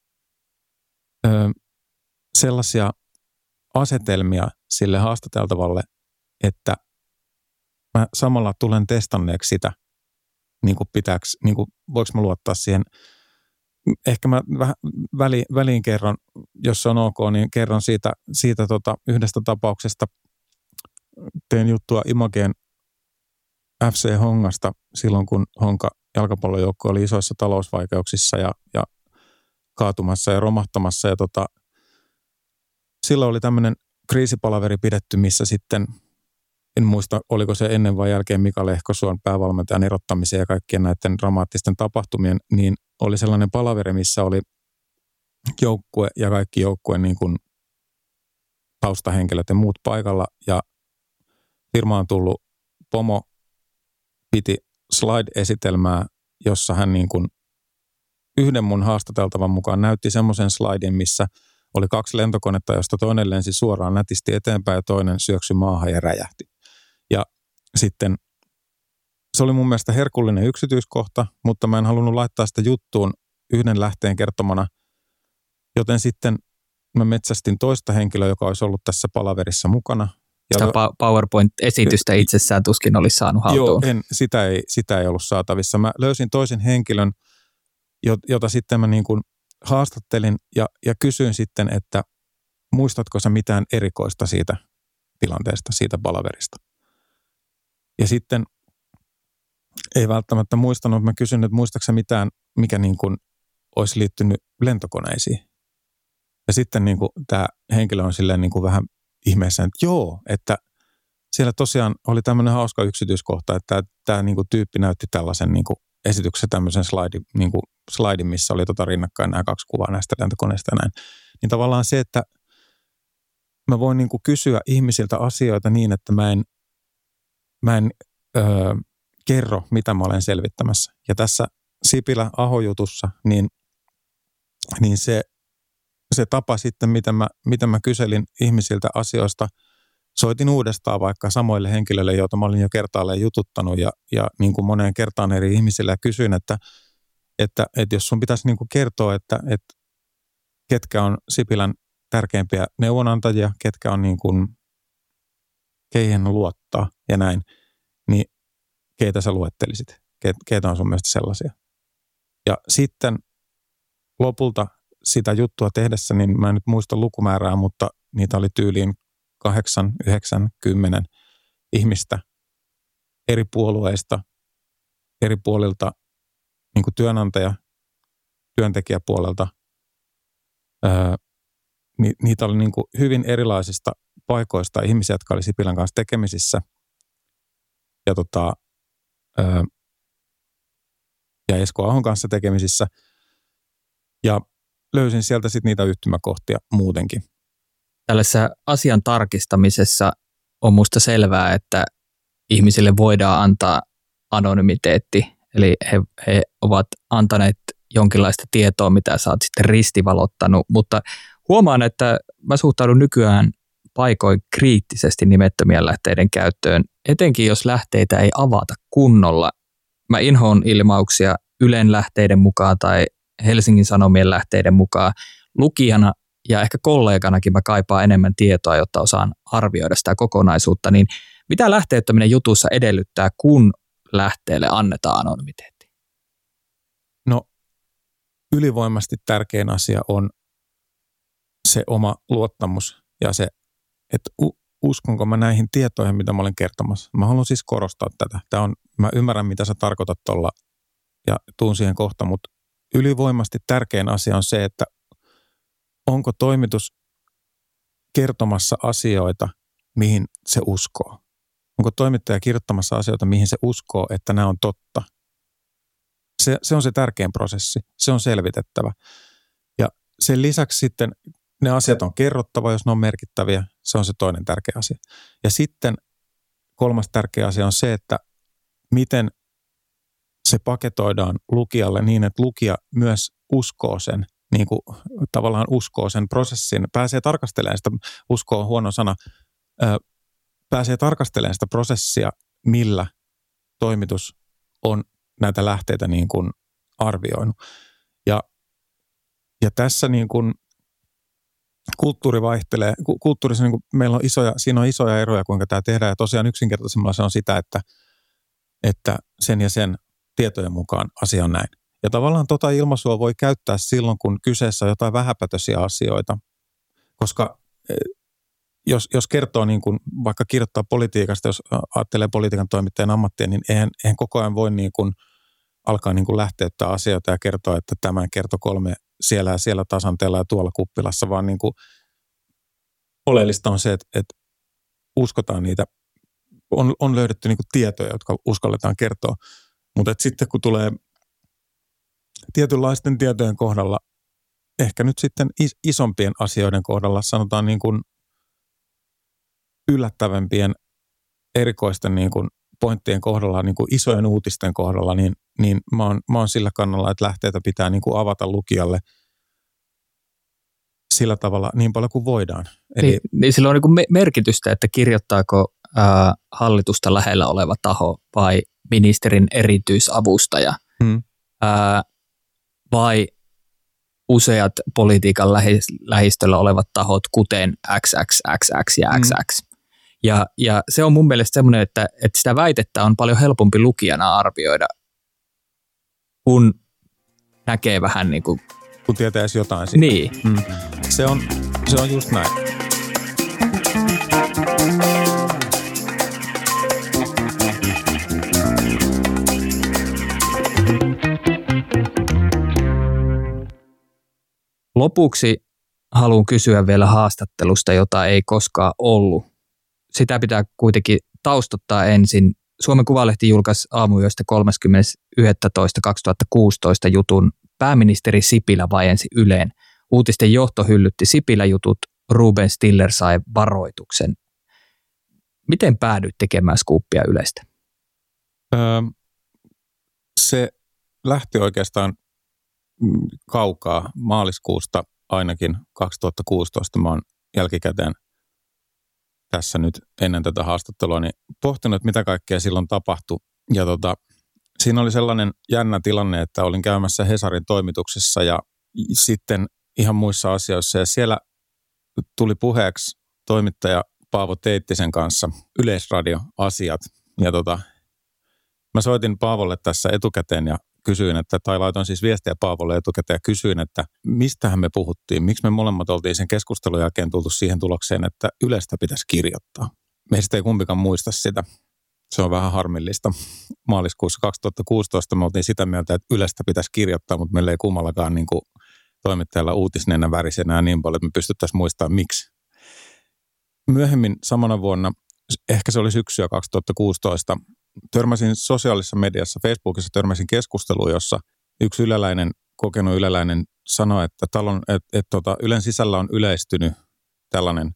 sellaisia asetelmia sille haastateltavalle, että mä samalla tulen testanneeksi sitä, niin kuin pitääks, niin kuin voiko mä luottaa siihen. Ehkä mä väliin kerron, jos se on ok, niin kerron siitä yhdestä tapauksesta. Tein juttua Imageen FC Hongasta silloin, kun Honka jalkapallojoukko oli isoissa talousvaikeuksissa ja kaatumassa ja romahtamassa. Ja silloin oli tämmöinen kriisipalaveri pidetty, missä sitten, en muista oliko se ennen vai jälkeen Mika Lehkosuon päävalmentajan erottamisen ja kaikkien näiden dramaattisten tapahtumien, niin oli sellainen palaveri, missä oli joukkue ja kaikki joukkueen niin kuin taustahenkilöt ja muut paikalla. Ja firmaan tullut pomo piti slide-esitelmää, jossa hän niin kuin yhden mun haastateltavan mukaan näytti semmoisen slidin, missä oli 2 lentokonetta, josta toinen lensi suoraan nätisti eteenpäin ja toinen syöksyi maahan ja räjähti. Ja sitten se oli mun mielestä herkullinen yksityiskohta, mutta mä en halunnut laittaa sitä juttuun yhden lähteen kertomana, joten sitten mä metsästin toista henkilöä, joka olisi ollut tässä palaverissa mukana. Sitä PowerPoint-esitystä itsessään tuskin olisi saanut haltuun. Joo, sitä ei ollut saatavissa. Mä löysin toisen henkilön, jota sitten mä niin kuin haastattelin ja kysyin sitten, että muistatko sä mitään erikoista siitä tilanteesta, siitä palaverista. Ja sitten ei välttämättä muistanut, mä kysyin, että muistatko sä mitään, mikä niin kuin olisi liittynyt lentokoneisiin. Ja sitten niin kuin tämä henkilö on silleen niin kuin vähän ihmeessä, että joo, että siellä tosiaan oli tämmöinen hauska yksityiskohta, että tämä niin kuin tyyppi näytti tällaisen niin kuin esityksen tämmöisen slaidin, missä oli rinnakkain nämä 2 kuvaa näistä lentokoneista ja näin. Niin tavallaan se, että mä voin niin kuin kysyä ihmisiltä asioita niin, että mä en kerro, mitä mä olen selvittämässä. Ja tässä Sipilä-Aho-jutussa, niin se tapa sitten, mitä mä kyselin ihmisiltä asioista, soitin uudestaan vaikka samoille henkilöille, joita mä olin jo kertaalleen jututtanut ja niin kuin moneen kertaan eri ihmisille ja kysyin, että jos sun pitäisi niin kuin kertoa, että ketkä on Sipilän tärkeimpiä neuvonantajia, ketkä on niin kuin, keihin luottaa ja näin, niin keitä sä luettelisit? Keitä on sun mielestä sellaisia? Ja sitten lopulta sitä juttua tehdessä, niin mä en nyt muista lukumäärää, mutta niitä oli tyyliin 8, 9, 10 ihmistä eri puolueista, eri puolilta niin kuin työntekijäpuolelta. Niitä oli niin kuin hyvin erilaisista paikoista ihmisiä, jotka oli Sipilän kanssa tekemisissä. Ja Esko Ahon kanssa tekemisissä. Ja löysin sieltä sitten niitä yhtymäkohtia muutenkin. Tällaisessa asian tarkistamisessa on musta selvää, että ihmisille voidaan antaa anonymiteetti. Eli he ovat antaneet jonkinlaista tietoa, mitä sä oot sitten ristivalottanut. Mutta huomaan, että mä suhtaudun nykyään paikoin kriittisesti nimettömien lähteiden käyttöön, etenkin jos lähteitä ei avata kunnolla. Mä inhoon ilmauksia Ylen lähteiden mukaan tai Helsingin Sanomien lähteiden mukaan. Lukijana ja ehkä kolleganakin mä kaipaan enemmän tietoa, jotta osaan arvioida sitä kokonaisuutta. Niin mitä lähteettöminen jutussa edellyttää, kun lähteelle annetaan anonymiteetti? No, ylivoimasti tärkein asia on se oma luottamus ja se, että uskonko mä näihin tietoihin, mitä mä olen kertomassa. Mä haluan siis korostaa tätä. Mä ymmärrän, mitä sä tarkoitat tuolla ja tuun siihen kohta, mutta ylivoimasti tärkein asia on se, että onko toimitus kertomassa asioita, mihin se uskoo. Onko toimittaja kirjoittamassa asioita, mihin se uskoo, että nämä on totta. Se on se tärkein prosessi. Se on selvitettävä. Ja sen lisäksi sitten ne asiat on kerrottava, jos ne on merkittäviä. Se on se toinen tärkeä asia. Ja sitten kolmas tärkeä asia on se, että miten se paketoidaan lukijalle niin, että lukija myös uskoo sen, niin kuin tavallaan uskoo sen prosessin, pääsee tarkastelemaan sitä, uskoo on huono sana, pääsee tarkastelemaan sitä prosessia, millä toimitus on näitä lähteitä niin kuin arvioinut. Ja tässä niin kuin kulttuuri vaihtelee. Kulttuurissa niin kuin meillä on siinä on isoja eroja, kuinka tämä tehdään. Ja tosiaan yksinkertaisemmalla se on sitä, että sen ja sen tietojen mukaan asia on näin. Ja tavallaan ilmaisua voi käyttää silloin, kun kyseessä on jotain vähäpätöisiä asioita. Koska jos kertoo niin kuin, vaikka kirjoittaa politiikasta, jos ajattelee politiikan toimittajan ammattia, niin eihän koko ajan voi niin kuin alkaa niin kuin lähteyttää asioita ja kertoa, että tämän kertoi 3 siellä ja siellä tasanteella ja tuolla kuppilassa, vaan niin kuin oleellista on se, että uskotaan niitä, on löydetty niin kuin tietoja, jotka uskalletaan kertoa. Mutta sitten kun tulee tietynlaisten tietojen kohdalla, ehkä nyt sitten isompien asioiden kohdalla, sanotaan niin kuin yllättävämpien erikoisten niin kuin pointtien kohdalla, niin kuin isojen uutisten kohdalla, niin mä oon sillä kannalla, että lähteitä pitää niin kuin avata lukijalle sillä tavalla niin paljon kuin voidaan. Eli niin sillä on niin kuin merkitystä, että kirjoittaako hallitusta lähellä oleva taho vai ministerin erityisavustaja vai useat politiikan lähistöllä olevat tahot, kuten XXXX ja XX. Ja se on mun mielestä semmoinen, että sitä väitettä on paljon helpompi lukijana arvioida, kun näkee vähän niin kuin... Kun tietää edes jotain siitä. Niin. Se on just näin. Lopuksi haluan kysyä vielä haastattelusta, jota ei koskaan ollut. Sitä pitää kuitenkin taustottaa ensin. Suomen Kuvalehti julkaisi Aamuyöstä 30.11.2016 jutun Pääministeri Sipilä vaiensi Yleen. Uutisten johto hyllytti Sipilä-jutut, Ruben Stiller sai varoituksen. Miten päädyit tekemään skuuppia Ylestä? Se lähti oikeastaan kaukaa maaliskuusta ainakin 2016. Mä oon jälkikäteen tässä nyt ennen tätä haastattelua, niin pohtinut, että mitä kaikkea silloin tapahtui. Ja siinä oli sellainen jännä tilanne, että olin käymässä Hesarin toimituksessa ja sitten ihan muissa asioissa. Ja siellä tuli puheeksi toimittaja Paavo Teittisen kanssa Yleisradio-asiat. Ja mä soitin Paavolle tässä etukäteen ja kysyin, laitoin siis viestiä Paavolle etukäteen ja kysyin, että mistähän me puhuttiin, miksi me molemmat oltiin sen keskustelun jälkeen tultu siihen tulokseen, että Ylestä pitäisi kirjoittaa. Meistä ei kumpikaan muista sitä. Se on vähän harmillista. Maaliskuussa 2016 me oltiin sitä mieltä, että Ylestä pitäisi kirjoittaa, mutta meillä ei kummallakaan niin kuin toimittajalla uutisnenä värisenä niin paljon, että me pystyttäisiin muistamaan miksi. Myöhemmin samana vuonna, ehkä se oli syksyä 2016, törmäsin sosiaalisessa mediassa, Facebookissa törmäsin keskusteluun, jossa yksi kokenut yleläinen sanoi, että Ylen sisällä on yleistynyt tällainen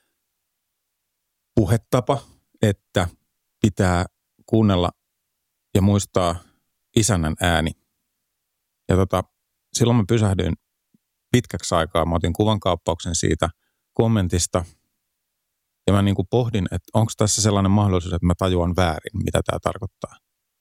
puhetapa, että pitää kuunnella ja muistaa isännän ääni. Ja silloin mä pysähdyin pitkäksi aikaa. Mä otin kuvankaappauksen siitä kommentista. Ja mä niin kuin pohdin, että onko tässä sellainen mahdollisuus, että mä tajuan väärin, mitä tämä tarkoittaa.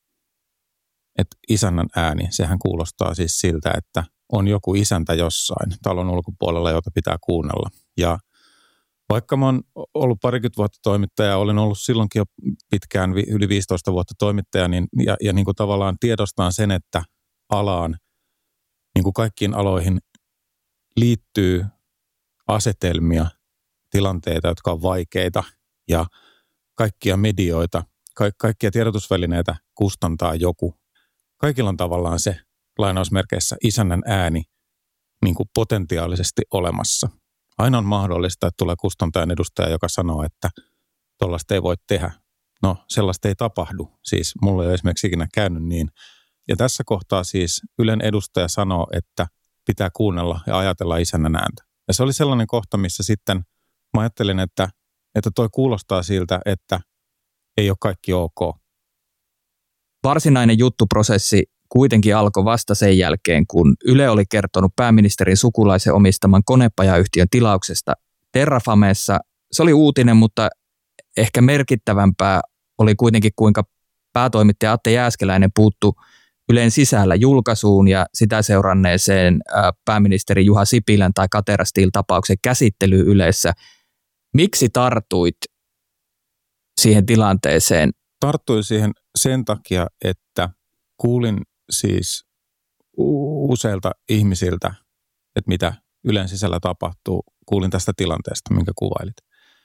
Että isännän ääni, sehän kuulostaa siis siltä, että on joku isäntä jossain talon ulkopuolella, jota pitää kuunnella. Ja vaikka mä oon ollut parikymmentä vuotta toimittaja, olen ollut silloinkin jo pitkään, yli 15 vuotta toimittaja, niin niin kuin tavallaan tiedostaan sen, että alaan, niin kuin kaikkiin aloihin liittyy asetelmia, tilanteita, jotka on vaikeita ja kaikkia medioita, kaikkia tiedotusvälineitä kustantaa joku. Kaikilla on tavallaan se lainausmerkeissä isännän ääni niin kuin potentiaalisesti olemassa. Aina on mahdollista, että tulee kustantajan edustaja, joka sanoo, että tollaista ei voi tehdä. No, sellaista ei tapahdu. Siis mulla ei ole esimerkiksi ikinä käynyt niin. Ja tässä kohtaa siis Ylen edustaja sanoo, että pitää kuunnella ja ajatella isännän ääntä. Ja se oli sellainen kohta, missä sitten mä ajattelin, että toi kuulostaa siltä, että ei ole kaikki ok. Varsinainen juttuprosessi kuitenkin alkoi vasta sen jälkeen, kun Yle oli kertonut pääministerin sukulaisen omistaman konepajayhtiön tilauksesta Terrafamessa. Se oli uutinen, mutta ehkä merkittävämpää oli kuitenkin, kuinka päätoimittaja Atte Jääskeläinen puuttui Ylen sisällä julkaisuun ja sitä seuranneeseen pääministeri Juha Sipilän tai Catera Steel-tapauksen käsittelyyn Ylessä. Miksi tartuit siihen tilanteeseen? Tartuin siihen sen takia, että kuulin siis useilta ihmisiltä, että mitä Ylen sisällä tapahtuu. Kuulin tästä tilanteesta, minkä kuvailit.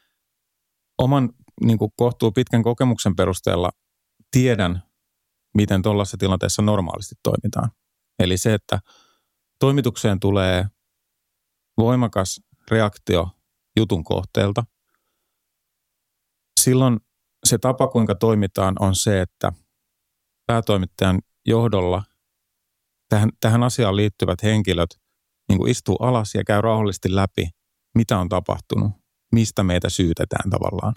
Oman niin kuin kohtuu pitkän kokemuksen perusteella tiedän, miten tuollaisessa tilanteessa normaalisti toimitaan. Eli se, että toimitukseen tulee voimakas reaktio jutun kohteelta. Silloin se tapa, kuinka toimitaan, on se, että päätoimittajan johdolla tähän asiaan liittyvät henkilöt niin kuin istuu alas ja käy rauhallisesti läpi, mitä on tapahtunut, mistä meitä syytetään tavallaan.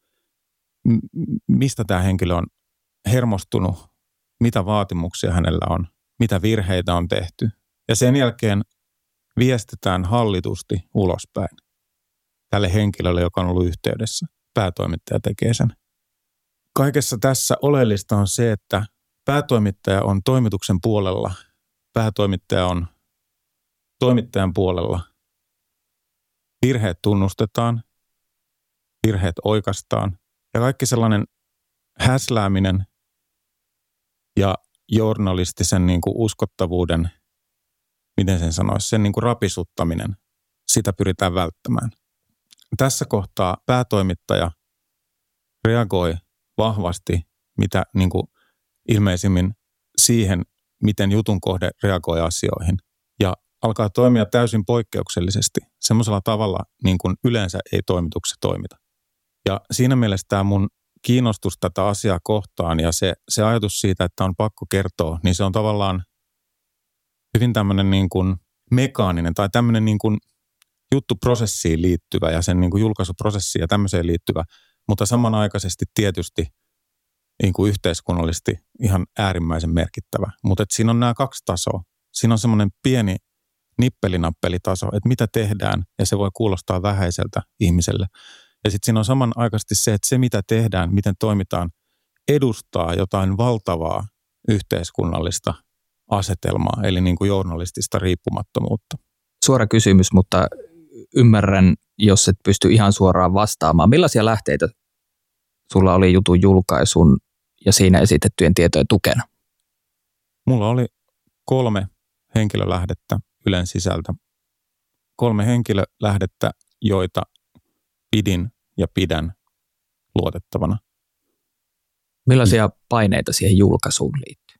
Mistä tämä henkilö on hermostunut, mitä vaatimuksia hänellä on, mitä virheitä on tehty. Ja sen jälkeen viestitään hallitusti ulospäin tälle henkilölle, joka on ollut yhteydessä. Päätoimittaja tekee sen. Kaikessa tässä oleellista on se, että päätoimittaja on toimituksen puolella, päätoimittaja on toimittajan puolella. Virheet tunnustetaan, virheet oikaistaan ja kaikki sellainen häslääminen ja journalistisen niin kuin uskottavuuden, miten sen sanoisi, sen niin kuin rapisuttaminen, sitä pyritään välttämään. Tässä kohtaa päätoimittaja reagoi vahvasti, mitä niin kuin ilmeisimmin siihen, miten jutun kohde reagoi asioihin. Ja alkaa toimia täysin poikkeuksellisesti, semmoisella tavalla, niin kuin yleensä ei toimituksessa toimita. Ja siinä mielessä tämä mun kiinnostus tätä asiaa kohtaan ja se ajatus siitä, että on pakko kertoa, niin se on tavallaan hyvin tämmöinen niin kuin mekaaninen tai tämmöinen niin kuin juttuprosessiin liittyvä ja sen niin kuin julkaisuprosessiin ja tämmöiseen liittyvä, mutta samanaikaisesti tietysti niin kuin yhteiskunnallisesti ihan äärimmäisen merkittävä. Mutta siinä on nämä kaksi tasoa. Siinä on semmoinen pieni nippelinappelitaso, että mitä tehdään ja se voi kuulostaa vähäiseltä ihmiselle. Ja sitten siinä on samanaikaisesti se, että se mitä tehdään, miten toimitaan, edustaa jotain valtavaa yhteiskunnallista asetelmaa, eli niin kuin journalistista riippumattomuutta. Suora kysymys, mutta ymmärrän, jos et pysty ihan suoraan vastaamaan. Millaisia lähteitä sulla oli jutun julkaisun ja siinä esitettyjen tietojen tukena? Mulla oli 3 henkilölähdettä Ylen sisältä. 3 henkilölähdettä, joita pidin ja pidän luotettavana. Millaisia paineita siihen julkaisuun liittyy?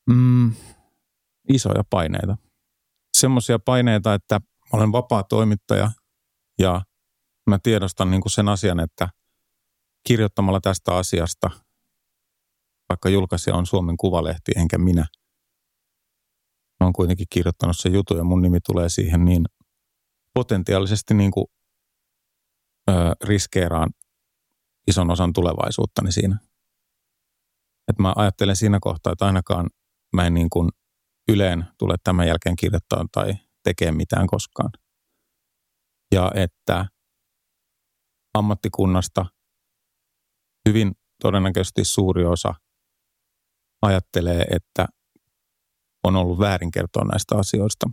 Isoja paineita. Semmoisia paineita, että olen vapaa toimittaja ja mä tiedostan niin kuin sen asian, että kirjoittamalla tästä asiasta, vaikka julkaisija on Suomen Kuvalehti enkä minä, mä oon kuitenkin kirjoittanut sen jutun ja mun nimi tulee siihen niin potentiaalisesti niin kuin, riskeeraan ison osan tulevaisuuttani siinä. Että mä ajattelen siinä kohtaa, että ainakaan mä en niin kuin Yleen tule tämän jälkeen kirjoittaa tai tekee mitään koskaan. Ja että ammattikunnasta hyvin todennäköisesti suuri osa ajattelee, että on ollut väärin kertoa näistä asioista.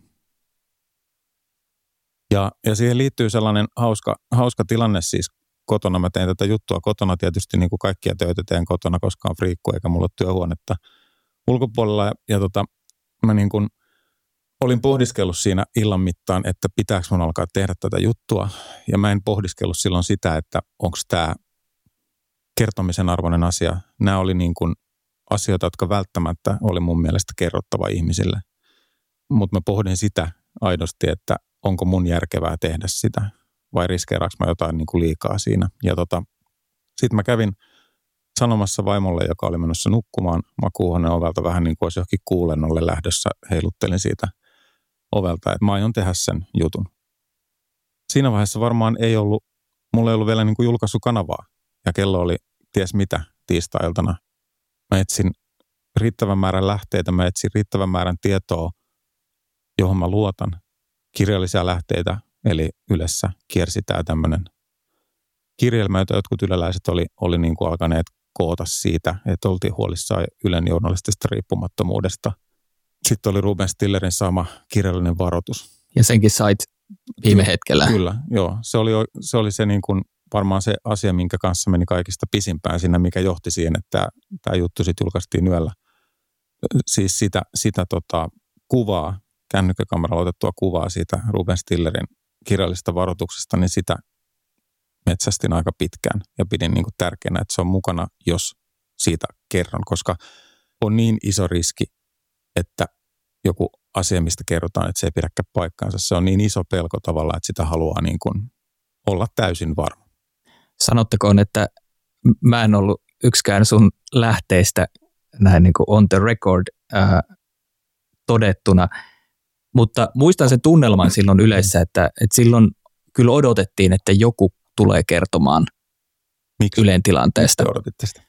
Ja siihen liittyy sellainen hauska tilanne siis kotona. Mä teen tätä juttua kotona tietysti niin kuin kaikkia töitä teen kotona, koska on friikku eikä mulla ole työhuonetta ulkopuolella. Ja mä niin kuin olin pohdiskellut siinä illan mittaan, että pitääkö mun alkaa tehdä tätä juttua. Ja mä en pohdiskellut silloin sitä, että onko tämä kertomisen arvoinen asia. Nämä oli niin kuin asioita, jotka välttämättä oli mun mielestä kerrottava ihmisille. Mutta mä pohdin sitä aidosti, että onko mun järkevää tehdä sitä vai riskeeraanko mä jotain niin kuin liikaa siinä. Ja sitten mä kävin sanomassa vaimolle, joka oli menossa nukkumaan makuuhuoneen ovelta vähän niin kuin olisi johonkin kuulennolle lähdössä. Heiluttelin siitä ovelta, että mä aion tehdä sen jutun. Siinä vaiheessa varmaan mulla ei ollut vielä niin kuin julkaisukanavaa ja kello oli ties mitä tiistai-iltana. Mä etsin riittävän määrän lähteitä, mä etsin riittävän määrän tietoa, johon mä luotan. Kirjallisia lähteitä, eli Ylessä kiersi tämä tämmöinen kirjelmä, jota jotkut yleläiset oli niin kuin alkaneet koota siitä, että oltiin huolissaan Ylen journalistisesta riippumattomuudesta. Sitten oli Ruben Stillerin sama kirjallinen varoitus. Ja senkin sait viime hetkellä. Kyllä, joo. Se oli se niin kuin varmaan se asia, minkä kanssa meni kaikista pisimpään siinä, mikä johti siihen, että tämä juttu sitten julkaistiin yöllä. Siis sitä kuvaa, kännykkäkameralla otettua kuvaa siitä Ruben Stillerin kirjallisesta varoituksesta, niin sitä metsästin aika pitkään ja pidin niin kuin tärkeänä, että se on mukana, jos siitä kerron, koska on niin iso riski, että joku asia, mistä kerrotaan, että se ei pidäkään paikkaansa. Se on niin iso pelko tavallaan, että sitä haluaa niin kuin olla täysin varma. Sanottakoon, että mä en ollut yksikään sun lähteistä näin niin kuin on the record todettuna, mutta muistan sen tunnelman silloin Ylessä, että silloin kyllä odotettiin, että joku tulee kertomaan Ylen tilanteesta. Miksi odotitte sitä?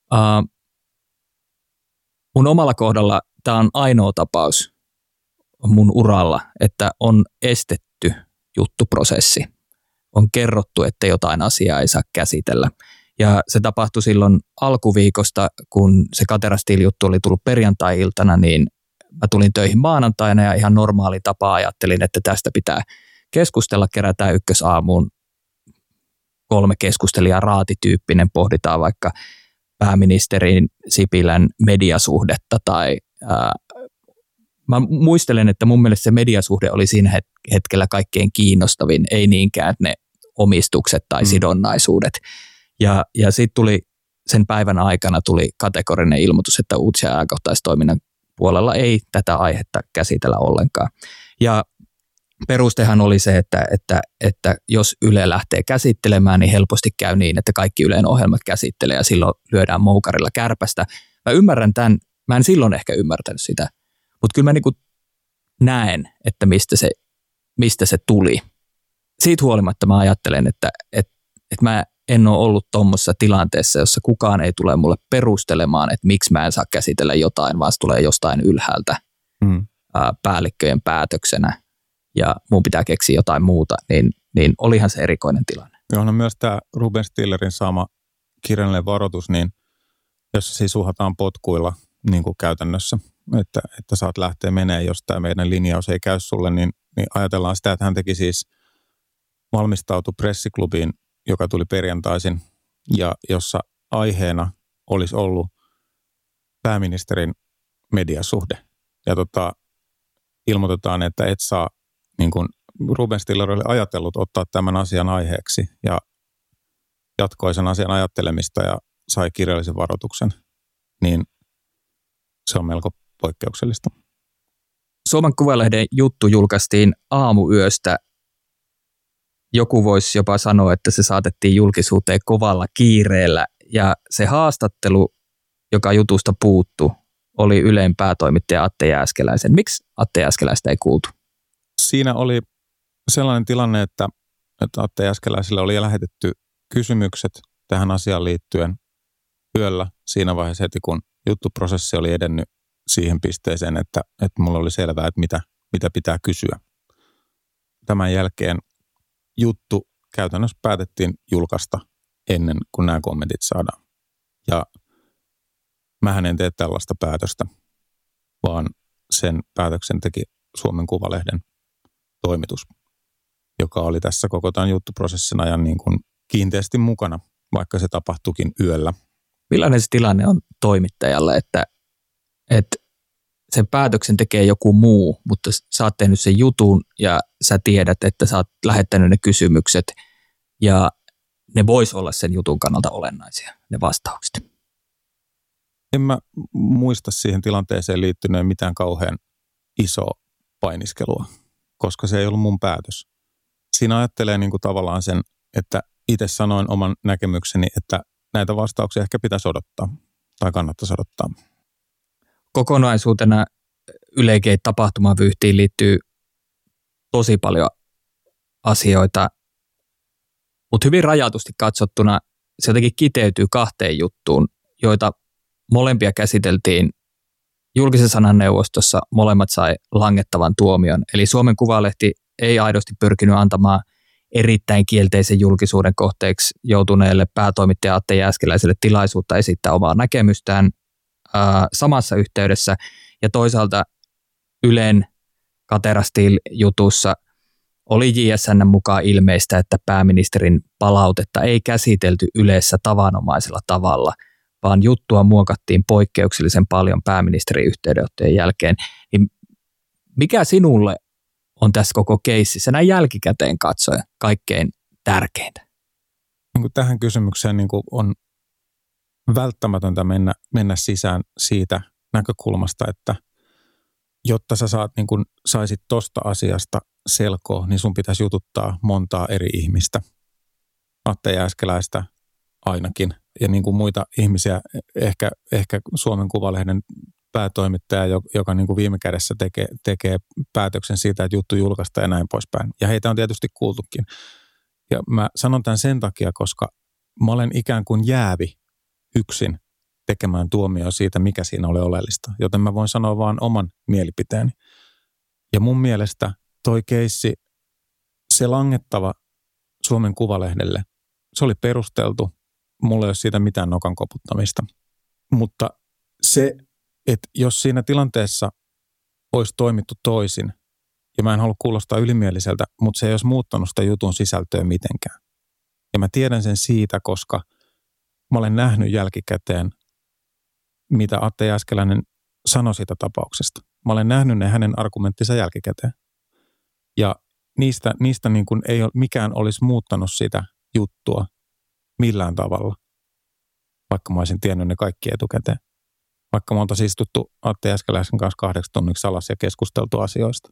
Mun omalla kohdalla tämä on ainoa tapaus mun uralla, että on estetty juttuprosessi. On kerrottu, että jotain asiaa ei saa käsitellä. Ja se tapahtui silloin alkuviikosta, kun se Katera Steel-juttu oli tullut perjantai-iltana, niin mä tulin töihin maanantaina ja ihan normaali tapa ajattelin, että tästä pitää keskustella, kerätään ykkösaamuun 3 keskustelijaa raatityyppinen, pohditaan vaikka pääministerin Sipilän mediasuhdetta tai mä muistelen, että mun mielestä se mediasuhde oli siinä hetkellä kaikkein kiinnostavin, ei niinkään ne omistukset tai sidonnaisuudet. Ja sitten tuli sen päivän aikana tuli kategorinen ilmoitus, että uutis- ja ajankohtaistoiminnan puolella ei tätä aihetta käsitellä ollenkaan. Ja perustehan oli se, että jos Yle lähtee käsittelemään, niin helposti käy niin, että kaikki Ylen ohjelmat käsittelee ja silloin lyödään moukarilla kärpästä. Mä ymmärrän tämän, mä en silloin ehkä ymmärtänyt sitä, mutta kyllä mä niin kuin näen, että mistä se tuli. Siitä huolimatta mä ajattelen, että mä en ole ollut tuommoisessa tilanteessa, jossa kukaan ei tule mulle perustelemaan, että miksi mä en saa käsitellä jotain, vaan se tulee jostain ylhäältä päällikköjen päätöksenä ja mun pitää keksiä jotain muuta, niin olihan se erikoinen tilanne. johon on myös tämä Ruben Stillerin saama kirjallinen varoitus, niin jossa siis uhataan potkuilla niin kuin käytännössä, että saat lähteä menee, jos tämä meidän linjaus ei käy sulle, niin ajatellaan sitä, että hän teki siis valmistautui pressiklubiin, joka tuli perjantaisin, ja jossa aiheena olisi ollut pääministerin mediasuhde. Ja ilmoitetaan, että et saa, niin kuin Ruben Stiller oli ajatellut ottaa tämän asian aiheeksi, ja jatkoi sen asian ajattelemista ja sai kirjallisen varoituksen, niin se on melko poikkeuksellista. Suomen Kuvalehden juttu julkaistiin aamuyöstä. Joku voisi jopa sanoa, että se saatettiin julkisuuteen kovalla kiireellä. Ja se haastattelu, joka jutusta puuttui, oli Ylen päätoimittaja Atte Jääskeläisen. Miksi Atte Jääskeläistä ei kuultu? Siinä oli sellainen tilanne, että Atte Jääskeläiselle oli lähetetty kysymykset tähän asiaan liittyen yöllä siinä vaiheessa heti, kun juttuprosessi oli edennyt siihen pisteeseen, että mulla oli selvää, että mitä pitää kysyä. Tämän jälkeen juttu käytännössä päätettiin julkaista ennen kuin nämä kommentit saadaan. Ja mähän en tee tällaista päätöstä, vaan sen päätöksen teki Suomen Kuvalehden toimitus, joka oli tässä koko tämän juttuprosessin ajan niin kuin kiinteästi mukana, vaikka se tapahtuikin yöllä. Millainen se tilanne on toimittajalle, että sen päätöksen tekee joku muu, mutta sä oot tehnyt sen jutun ja sä tiedät, että sä oot lähettänyt ne kysymykset ja ne vois olla sen jutun kannalta olennaisia, ne vastaukset. En mä muista siihen tilanteeseen liittyneen mitään kauhean isoa painiskelua, koska se ei ollut mun päätös. Siinä ajattelee niin kuin tavallaan sen, että itse sanoin oman näkemykseni, että näitä vastauksia ehkä pitäisi odottaa tai kannattaisi odottaa. Kokonaisuutena Yle-Gate-tapahtumavyyhtiin liittyy tosi paljon asioita, mutta hyvin rajatusti katsottuna se jotenkin kiteytyy kahteen juttuun, joita molempia käsiteltiin julkisen sanan neuvostossa, molemmat sai langettavan tuomion. Eli Suomen Kuvalehti ei aidosti pyrkinyt antamaan erittäin kielteisen julkisuuden kohteeksi joutuneelle päätoimittaja Atte Jääskeläiselle tilaisuutta esittää omaa näkemystään samassa yhteydessä. Ja toisaalta Ylen Katerastil-jutussa oli JSN:n mukaan ilmeistä, että pääministerin palautetta ei käsitelty Ylessä tavanomaisella tavalla, vaan juttua muokattiin poikkeuksellisen paljon pääministerin yhteydenottojen jälkeen. Niin mikä sinulle on tässä koko keississä näin jälkikäteen katsoen kaikkein tärkeintä? Niin kuin tähän kysymykseen niin kuin on välttämätöntä mennä sisään siitä näkökulmasta, että jotta sä saisit tosta asiasta selkoa, niin sun pitäisi jututtaa montaa eri ihmistä. Atte Jääskeläistä ainakin ja niin kuin muita ihmisiä, ehkä Suomen Kuvalehden päätoimittaja, joka niin kuin viime kädessä tekee päätöksen siitä, että juttu julkaistaan ja näin poispäin. Ja heitä on tietysti kuultukin. Ja mä sanon tämän sen takia, koska mä olen ikään kuin jäävi yksin tekemään tuomioa siitä, mikä siinä oli oleellista. Joten mä voin sanoa vaan oman mielipiteeni. Ja mun mielestä toi keissi, se langettava Suomen Kuvalehdelle, se oli perusteltu. Mulla ei ole siitä mitään nokan koputtamista. Mutta se, että jos siinä tilanteessa olisi toimittu toisin, ja mä en halua kuulostaa ylimieliseltä, mutta se ei olisi muuttanut sitä jutun sisältöä mitenkään. Ja mä tiedän sen siitä, koska mä olen nähnyt jälkikäteen, mitä Atte Jääskeläinen sanoi siitä tapauksesta. Mä olen nähnyt ne hänen argumenttinsa jälkikäteen. Ja niistä niin kuin ei ole, mikään olisi muuttanut sitä juttua millään tavalla, vaikka mä olisin tiennyt ne kaikki etukäteen. Vaikka me oltaisiin istuttu Atte Jääskeläisen kanssa 8 tunniksi alas ja keskusteltu asioista.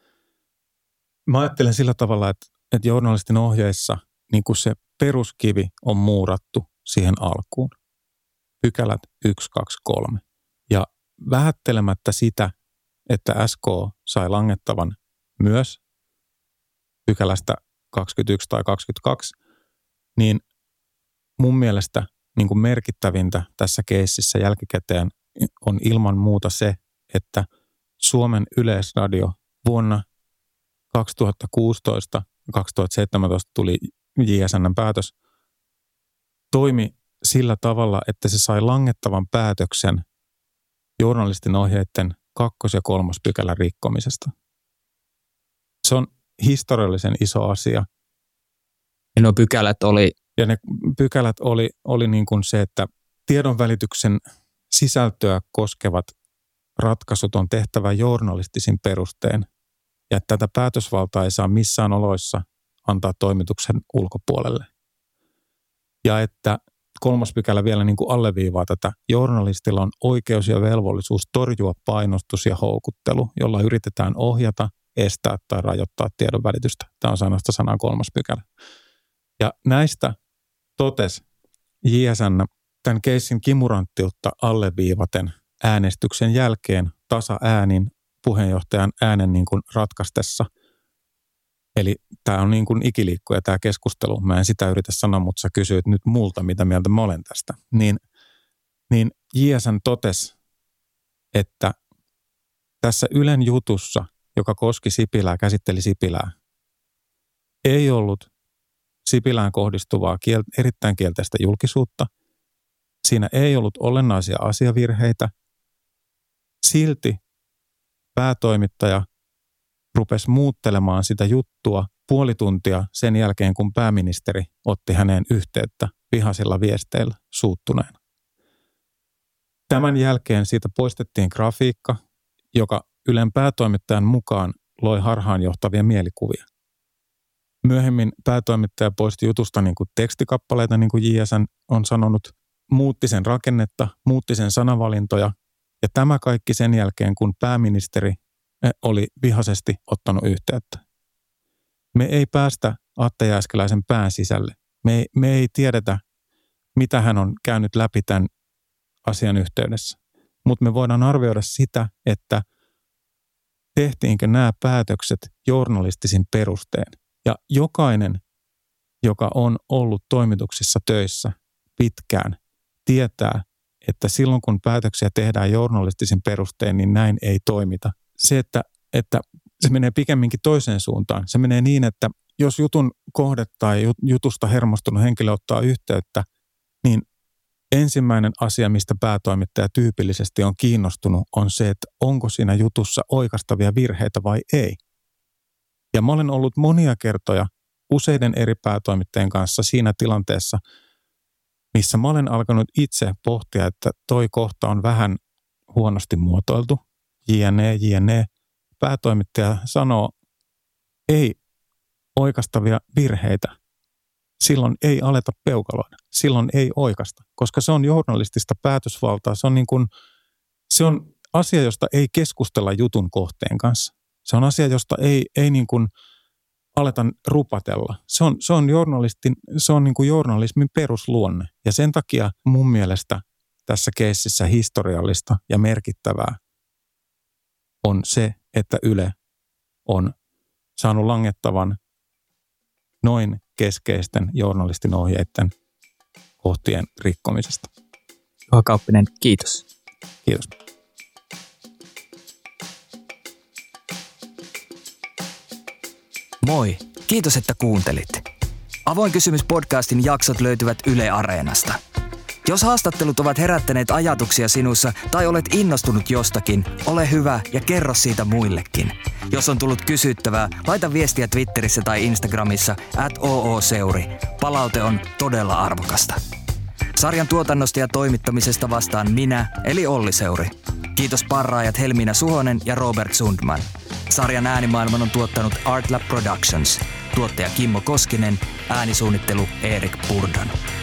Mä ajattelen sillä tavalla, että journalistin ohjeissa niin kuin se peruskivi on muurattu siihen alkuun. Pykälät 1, 2, 3. Ja vähättelemättä sitä, että SK sai langettavan myös pykälästä 21 tai 22, niin mun mielestä niin kuin merkittävintä tässä keississä jälkikäteen on ilman muuta se, että Suomen Yleisradio vuonna 2016 ja 2017 tuli JSN:n päätös toimi sillä tavalla, että se sai langettavan päätöksen journalistin ohjeiden 2. ja 3. pykälän rikkomisesta. Se on historiallisen iso asia. Ja nuo pykälät oli? Ja ne pykälät oli niin kuin se, että tiedonvälityksen sisältöä koskevat ratkaisut on tehtävä journalistisin perustein ja että tätä päätösvaltaa ei saa missään oloissa antaa toimituksen ulkopuolelle. Ja että 3. pykälä vielä niin kuin alleviivaa tätä. Journalistilla on oikeus ja velvollisuus torjua painostus ja houkuttelu, jolla yritetään ohjata, estää tai rajoittaa tiedon välitystä. Tämä on sanasta sanaan 3. pykälä. Ja näistä totesi JSN tämän keissin kimuranttiutta alleviivaten äänestyksen jälkeen tasa-äänin puheenjohtajan äänen niin kuin ratkaistessa. Eli tämä on niin kuin ikiliikkuja tämä keskustelu. Mä en sitä yritä sanoa, mutta sä kysyit nyt multa, mitä mieltä mä olen tästä. Niin JSN totesi, että tässä Ylen jutussa, joka koski Sipilää, käsitteli Sipilää, ei ollut Sipilään kohdistuvaa erittäin kielteistä julkisuutta. Siinä ei ollut olennaisia asiavirheitä. Silti päätoimittaja rupesi muuttelemaan sitä juttua puoli tuntia sen jälkeen, kun pääministeri otti häneen yhteyttä vihaisilla viesteillä suuttuneena. Tämän jälkeen siitä poistettiin grafiikka, joka Ylen päätoimittajan mukaan loi harhaanjohtavia mielikuvia. Myöhemmin päätoimittaja poisti jutusta niin kuin tekstikappaleita, niin kuin JSN on sanonut, muutti sen rakennetta, muutti sen sanavalintoja ja tämä kaikki sen jälkeen, kun pääministeri oli vihaisesti ottanut yhteyttä. Me ei päästä Atte Jääskeläisen pään sisälle. Me ei tiedetä, mitä hän on käynyt läpi tämän asian yhteydessä. Mutta me voidaan arvioida sitä, että tehtiinkö nämä päätökset journalistisin perustein. Ja jokainen, joka on ollut toimituksissa töissä pitkään, tietää, että silloin kun päätöksiä tehdään journalistisin perustein, niin näin ei toimita. Se, että se menee pikemminkin toiseen suuntaan. Se menee niin, että jos jutun kohde tai jutusta hermostunut henkilö ottaa yhteyttä, niin ensimmäinen asia, mistä päätoimittaja tyypillisesti on kiinnostunut, on se, että onko siinä jutussa oikaistavia virheitä vai ei. Ja mä olen ollut monia kertoja useiden eri päätoimittajien kanssa siinä tilanteessa, missä mä olen alkanut itse pohtia, että toi kohta on vähän huonosti muotoiltu, jne. Päätoimittaja sanoo, ei oikaistavia virheitä. Silloin ei aleta peukaloida. Silloin ei oikaista, koska se on journalistista päätösvaltaa. Se on asia, josta ei keskustella jutun kohteen kanssa. Se on asia, josta ei niin kuin aleta rupatella. Se on niin kuin journalismin perusluonne. Ja sen takia mun mielestä tässä keississä historiallista ja merkittävää on se, että Yle on saanut langettavan noin keskeisten journalistin ohjeiden kohtien rikkomisesta. Juha Kauppinen, kiitos. Kiitos. Moi, kiitos että kuuntelit. Avoin kysymys -podcastin jaksot löytyvät Yle Areenasta. Jos haastattelut ovat herättäneet ajatuksia sinussa tai olet innostunut jostakin, ole hyvä ja kerro siitä muillekin. Jos on tullut kysyttävää, laita viestiä Twitterissä tai Instagramissa @ooseuri. Palaute on todella arvokasta. Sarjan tuotannosta ja toimittamisesta vastaan minä, eli Olli Seuri. Kiitos parraajat Helmiina Suhonen ja Robert Sundman. Sarjan äänimaailman on tuottanut Artlab Productions. Tuottaja Kimmo Koskinen, äänisuunnittelu Erik Purdon.